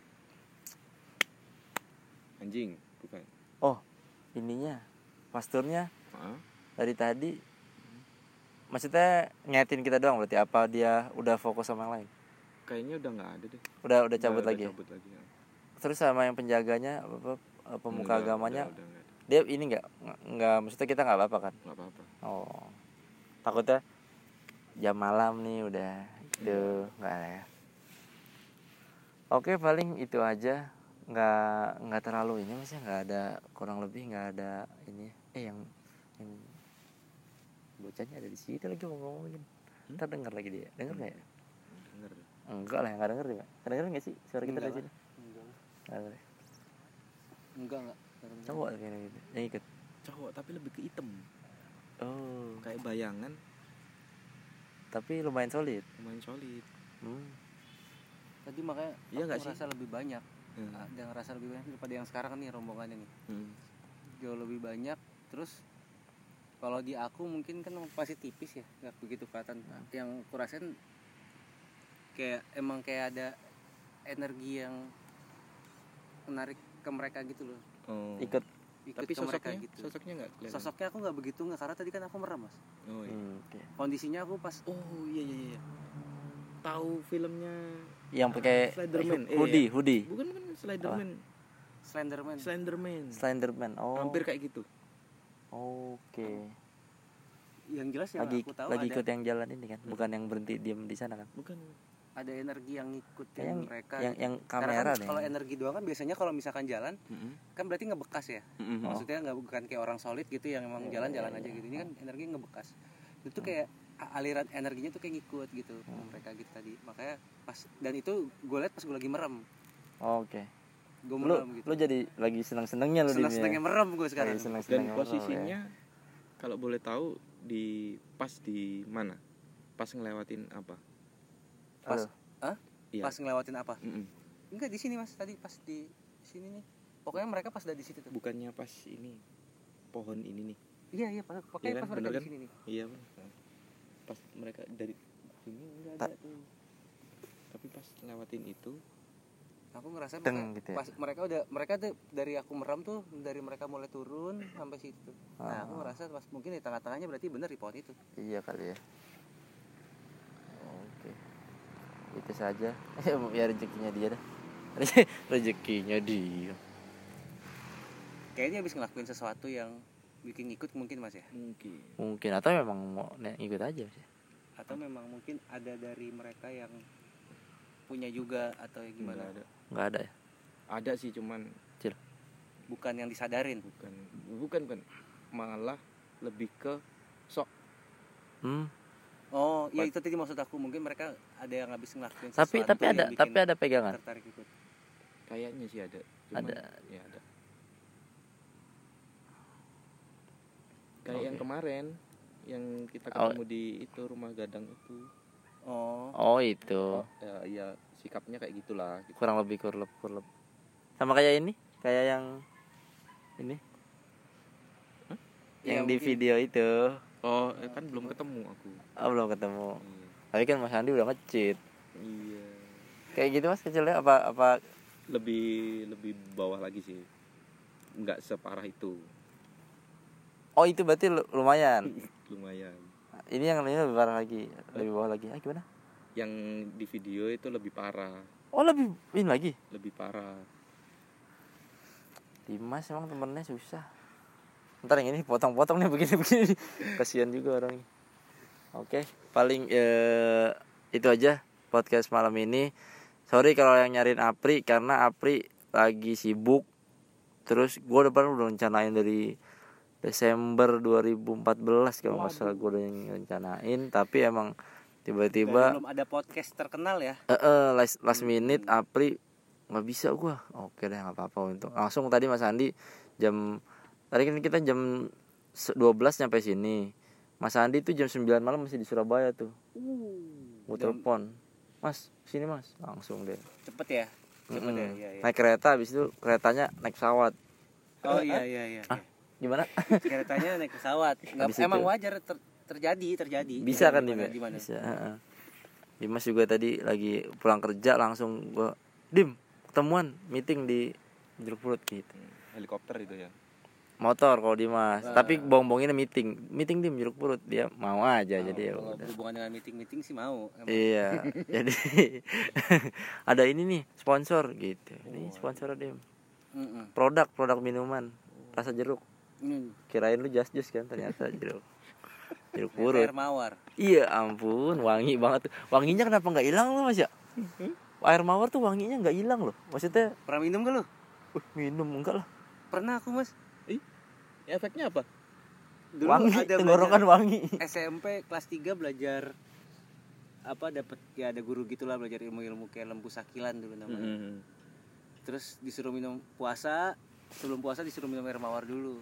C: Anjing, bukan.
A: Oh, ininya. Pasturnya dari tadi maksudnya ngeliatin kita doang berarti apa dia udah fokus sama yang lain?
C: Kayaknya udah nggak ada deh.
A: Udah cabut lagi.
C: Cabut lagi ya.
A: Terus sama yang penjaganya pemuka agamanya
C: udah.
A: dia ini nggak maksudnya kita nggak apa-apa kan?
C: Nggak apa-apa.
A: Oh, takutnya jam malam nih udah gitu nggak ada ya. Oke, paling itu aja, nggak terlalu ini maksudnya nggak ada, kurang lebih nggak ada ini yang bocahnya ada di sini lagi ngomongin. Ntar denger lagi dia, denger nggak ya?
C: Denger.
A: Enggak lah, nggak denger juga. Denger nggak sih suara kita dari sini?
B: Enggak.
A: Cowok kayak gitu yang ikut.
C: Cowok tapi lebih ke hitam.
A: Oh,
C: Kayak bayangan,
A: tapi lumayan solid.
B: Tadi makanya
C: Iya nggak
B: aku
C: sih?
B: ngerasa lebih banyak. Ada ngerasa lebih banyak daripada yang sekarang nih rombongannya nih. Jauh lebih banyak. Terus kalau di aku mungkin kan pasti tipis ya, nggak begitu kelihatan. Yang kurasain kayak emang kayak ada energi yang menarik ke mereka gitu loh.
A: Ikut
C: Tapi
B: ke mereka
C: sosoknya,
B: gitu.
C: sosoknya nggak kelihatan.
B: Sosoknya aku nggak begitu nggak, karena tadi kan aku merem mas.
C: Oh iya.
A: okay.
B: Kondisinya aku pas
C: Iya. Tahu filmnya
A: yang pakai
C: Slenderman.
A: hoodie.
C: Bukan Slenderman.
B: Slenderman.
A: Oh.
C: Hampir kayak gitu.
A: Oke.
B: Yang jelas yang
A: Lagi
B: aku tahu
A: ikut yang jalan ini kan, bukan yang berhenti diam di sana kan?
C: Bukan.
B: ada energi yang ngikutin
A: Yang
B: mereka.
A: yang
B: Karena
A: kamera
B: kan
A: deh.
B: kalau energi doang kan biasanya kalau misalkan jalan kan berarti ngebekas ya. Maksudnya nggak bukan kayak orang solid gitu yang emang jalan-jalan aja gitu. Ini kan energi ngebekas. Itu kayak aliran energinya tuh kayak ngikut gitu mereka gitu tadi. Makanya pas dan itu gue liat pas gue lagi merem.
A: Oke.
B: Gue merem gitu.
A: Lu jadi lagi senang-senangnya lu
B: senang-senangnya merem gue sekarang.
C: Dan posisinya kalau boleh tahu pas di mana? Pas ngelewatin apa?
B: Pas
C: Iya.
B: pas ngelewatin apa?
C: Mm-mm.
B: Enggak di sini mas, tadi pas di sini nih. Pokoknya mereka pas udah di situ tuh.
C: Bukannya pas ini pohon ini nih?
B: Iya pokoknya
C: Iya kan?
B: pas mereka
C: Bener
B: di
C: kan?
B: sini nih.
C: Iya bener. Pas mereka dari sini nggak ada tuh. Tapi pas lewatin itu,
B: Aku ngerasa
A: Deng, gitu ya?
B: pas mereka tuh dari aku merem tuh, dari mereka mulai turun sampai situ. Nah aku ngerasa pas mungkin di tengah-tengahnya berarti bener di pohon itu.
A: Iya kali ya. Oke. Itu saja. Ya rezekinya dia dah. Rezekinya dia.
B: Kayaknya habis ngelakuin sesuatu yang bikin ikut mungkin mas ya.
A: Mungkin atau memang mau ikut aja sih.
B: Atau memang mungkin ada dari mereka yang punya juga atau gimana.
A: Nggak ada ya.
C: ada sih cuman
A: Cil.
B: Bukan yang disadarin.
C: bukan malah lebih ke sok.
B: Oh iya itu tadi maksud aku, mungkin mereka ada yang habis ngelakuin
A: Tapi
B: sesuatu yang bikin
A: ada pegangan.
B: tertarik ikut.
C: Kayaknya sih ada. Cuman,
A: Ada.
C: Ya ada. Kayak yang kemarin yang kita ketemu di itu rumah gadang itu.
B: Oh
A: Itu.
C: Ya sikapnya kayak gitulah gitu.
A: Kurang lebih kurlep. Sama kayak ini, kayak yang ini. Yang
B: Ya,
A: di
B: mungkin.
A: video itu.
C: Kan belum ketemu aku.
A: Belum ketemu.
C: Iya.
A: Tapi kan Mas Andi udah ngecit.
C: Iya.
A: Kayak gitu Mas kecilnya apa
C: Lebih bawah lagi sih. Enggak separah itu.
A: Oh, itu berarti lumayan.
C: Lumayan.
A: Ini yang lainnya lebih parah lagi, lebih bawah lagi. Gimana?
C: Yang di video itu lebih parah.
A: Oh, lebih ini lagi.
C: Lebih parah.
A: Dimas emang temennya susah. Ntar yang ini potong-potong nih begini-begini. Kasihan juga orangnya. Oke, paling itu aja podcast malam ini. Sorry kalau yang nyariin Apri karena Apri lagi sibuk. Terus gue udah rencanain dari Desember 2014 kalau nggak salah gue udah rencanain, tapi emang tiba-tiba
B: belum ada podcast terkenal ya.
A: Last minute Apri nggak bisa gue. Oke deh, nggak apa-apa untuk langsung tadi Mas Andi tadi kan kita jam 12 nyampe sini. Mas Andi tuh jam 9 malam masih di Surabaya tuh. Gue telepon, Mas sini Mas, langsung deh.
B: Cepet ya. Iya.
A: Naik kereta, habis itu keretanya naik pesawat.
B: Oh iya.
A: Gimana?
B: Keretanya naik pesawat. Emang wajar terjadi.
A: Bisa kan
B: Gimana?
A: Bisa. Dimas juga tadi lagi pulang kerja langsung gua ketemuan meeting di Jeruk Purut gitu.
C: Helikopter itu ya.
A: Motor kalau Dimas. Tapi bohong-bohonginnya meeting Dim Jeruk Purut, dia mau aja jadi ya
B: udah.
A: Udah.
B: Hubungan dengan meeting sih mau. Emang.
A: Iya. Jadi ada ini nih sponsor gitu. Ini sponsor Dim. Produk minuman rasa jeruk. Kirain lu jas kan, ternyata jeruk purut.
B: Air mawar.
A: Iya ampun, wangi banget tuh. Wanginya kenapa nggak hilang lo Mas ya? Air mawar tuh wanginya nggak hilang loh. Maksudnya
B: pernah minum gak lo?
A: Minum enggak lah.
B: Pernah aku Mas.
C: Efeknya apa?
B: Dulu
A: wangi, tenggorokan wangi.
B: SMP kelas 3 belajar dapat ya ada guru gitulah, belajar ilmu kayak lembu sakilan dulu namanya. Terus disuruh minum sebelum puasa disuruh minum air mawar dulu.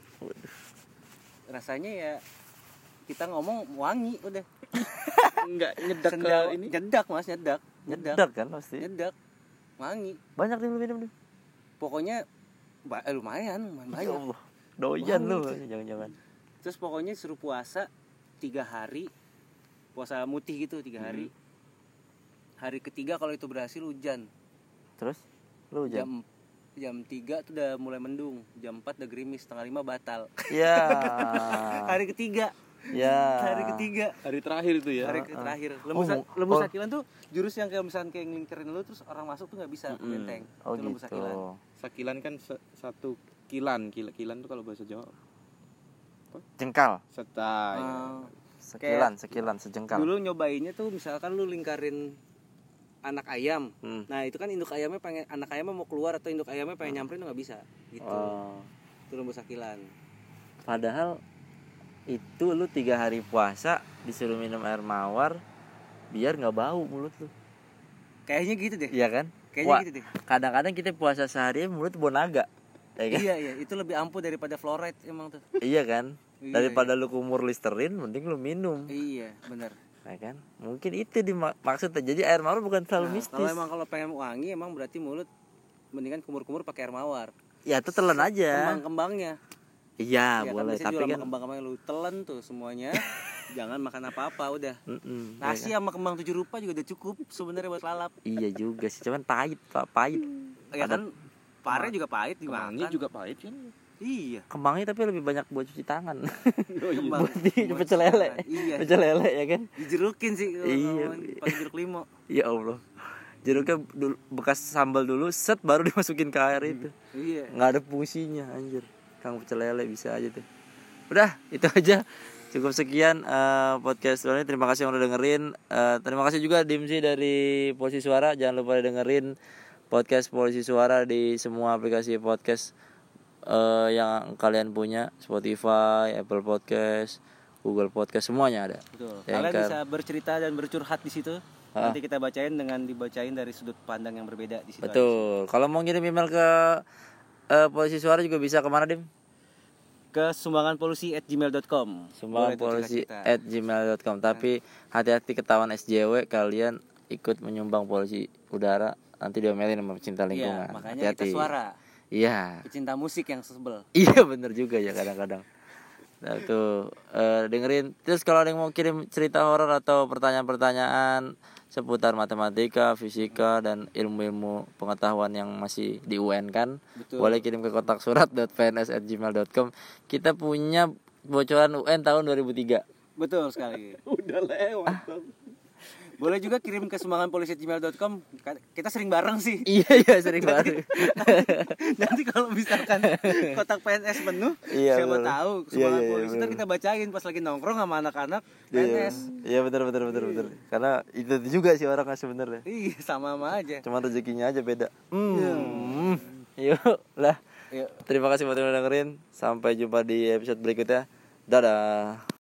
B: Rasanya ya kita ngomong wangi udah.
C: Enggak nyedak ke ini.
B: Nyedak Mas, nyedak
A: kan pasti.
B: Nyedak. Wangi.
A: Banyak minum.
B: Pokoknya lumayan banyak.
A: Ya Allah. Doyan lu jangan-jangan.
B: Terus pokoknya suruh puasa 3 hari. Puasa mutih gitu 3 hari. Hari ketiga kalau itu berhasil hujan.
A: Terus lu hujan?
B: Jam 3 tuh udah mulai mendung, jam 4 udah gerimis, setengah 5 batal.
A: Ya.
B: Hari ketiga.
A: Ya.
C: Hari terakhir itu ya.
B: Hari terakhir. Lembu sakilan tuh jurus yang kayak misalnya kayak ngelingkerin lu terus orang masuk tuh enggak bisa benteng.
A: Oh
B: itu lembu
A: gitu.
B: sakilan.
C: Sakilan kan satu kilan tuh kalau bahasa Jawa.
A: Jengkal. Sekilan sejengkal.
B: Dulu nyobainnya tuh misalkan lu lingkarin anak ayam. Nah, itu kan anak ayamnya mau keluar atau induk ayamnya pengen nyamperin nggak bisa gitu. Itu lembu sakilan.
A: Padahal itu lu 3 hari puasa disuruh minum air mawar biar nggak bau mulut lu.
B: Kayaknya gitu deh.
A: Iya kan?
B: Gitu deh.
A: Kadang-kadang kita puasa sehari mulut bau naga. Ya kan?
B: Iya, itu lebih ampuh daripada fluoride emang tuh.
A: Iya kan? Daripada lu kumur Listerin mending lu minum.
B: Iya, benar.
A: Ya kan? Mungkin itu maksudnya. Jadi air mawar bukan terlalu mistis.
B: Kalau pengen wangi emang berarti mulut mendingan kumur-kumur pakai air mawar.
A: Ya itu telan aja.
B: Kembang-kembangnya.
A: Iya,
B: ya,
A: boleh.
B: Kan
A: tapi kan
B: kembang-kembangnya lu telan tuh semuanya. Jangan makan apa-apa udah. Nasi
A: ya kan?
B: sama kembang 7 rupa juga udah cukup sebenarnya buat lalap.
A: Iya juga sih, cuman pahit, Pak, pahit.
B: Ya kan pare juga pahit dimakan.
C: Kembangnya juga pahit kan?
B: Iya.
A: Kembangnya tapi lebih banyak buat cuci tangan.
B: Kembang,
A: buat di pecel lele.
B: Iya.
A: Pecel lele ya kan?
B: Dijerukin sih
A: iya.
B: pakai jeruk limau.
A: Ya Allah. Jeruknya bekas sambal dulu, set baru dimasukin ke air itu.
B: Iya.
A: Enggak ada fungsinya anjir. Kang pecel lele bisa aja tuh. Udah, itu aja. Cukup sekian podcast ini. Terima kasih yang udah dengerin. Terima kasih juga Dimsi dari Polisi Suara. Jangan lupa dengerin podcast Polisi Suara di semua aplikasi podcast yang kalian punya, Spotify, Apple Podcast, Google Podcast, semuanya ada.
B: Betul. Kalian bisa bercerita dan bercurhat di situ. Nanti kita dibacain dari sudut pandang yang berbeda di situ.
A: Betul. Kalau mau ngirim email ke Polisi Suara juga bisa kemana, Dim?
B: Ke sumbanganpolusi@gmail.com.
A: Sumbanganpolusi@gmail.com. Tapi hati-hati ketahuan SJW kalian ikut menyumbang polusi udara, nanti diomelin sama pecinta lingkungan.
B: Iya, makanya hati-hati. Kita suara.
A: Iya.
B: Pecinta musik yang sebel.
A: Iya bener juga ya kadang-kadang. Nah tuh dengerin. Terus kalau ada yang mau kirim cerita horor atau pertanyaan-pertanyaan seputar matematika, fisika dan ilmu-ilmu pengetahuan yang masih di UN kan, boleh kirim ke kotak surat.pns@gmail.com. Kita punya bocoran UN tahun 2003.
B: Betul sekali.
C: Udah lewat.
B: Boleh juga kirim ke sumbanganpolisi@gmail.com. Kita sering bareng sih.
A: Iya sering banget.
B: Nanti kalau misalkan kotak PNS penuh,
A: Iya,
B: siapa
A: bener.
B: tahu
A: Iya,
B: sumbangan
A: iya,
B: polisi
A: bener.
B: ntar kita bacain pas lagi nongkrong sama anak-anak
A: Iya.
B: PNS.
A: Iya benar. Karena itu juga sih orangnya sebenarnya.
B: Iya, sama-sama aja.
A: Cuma rezekinya aja beda. Yuk lah.
B: Yuk.
A: Terima kasih buat yang udah dengerin. Sampai jumpa di episode berikutnya. Dadah.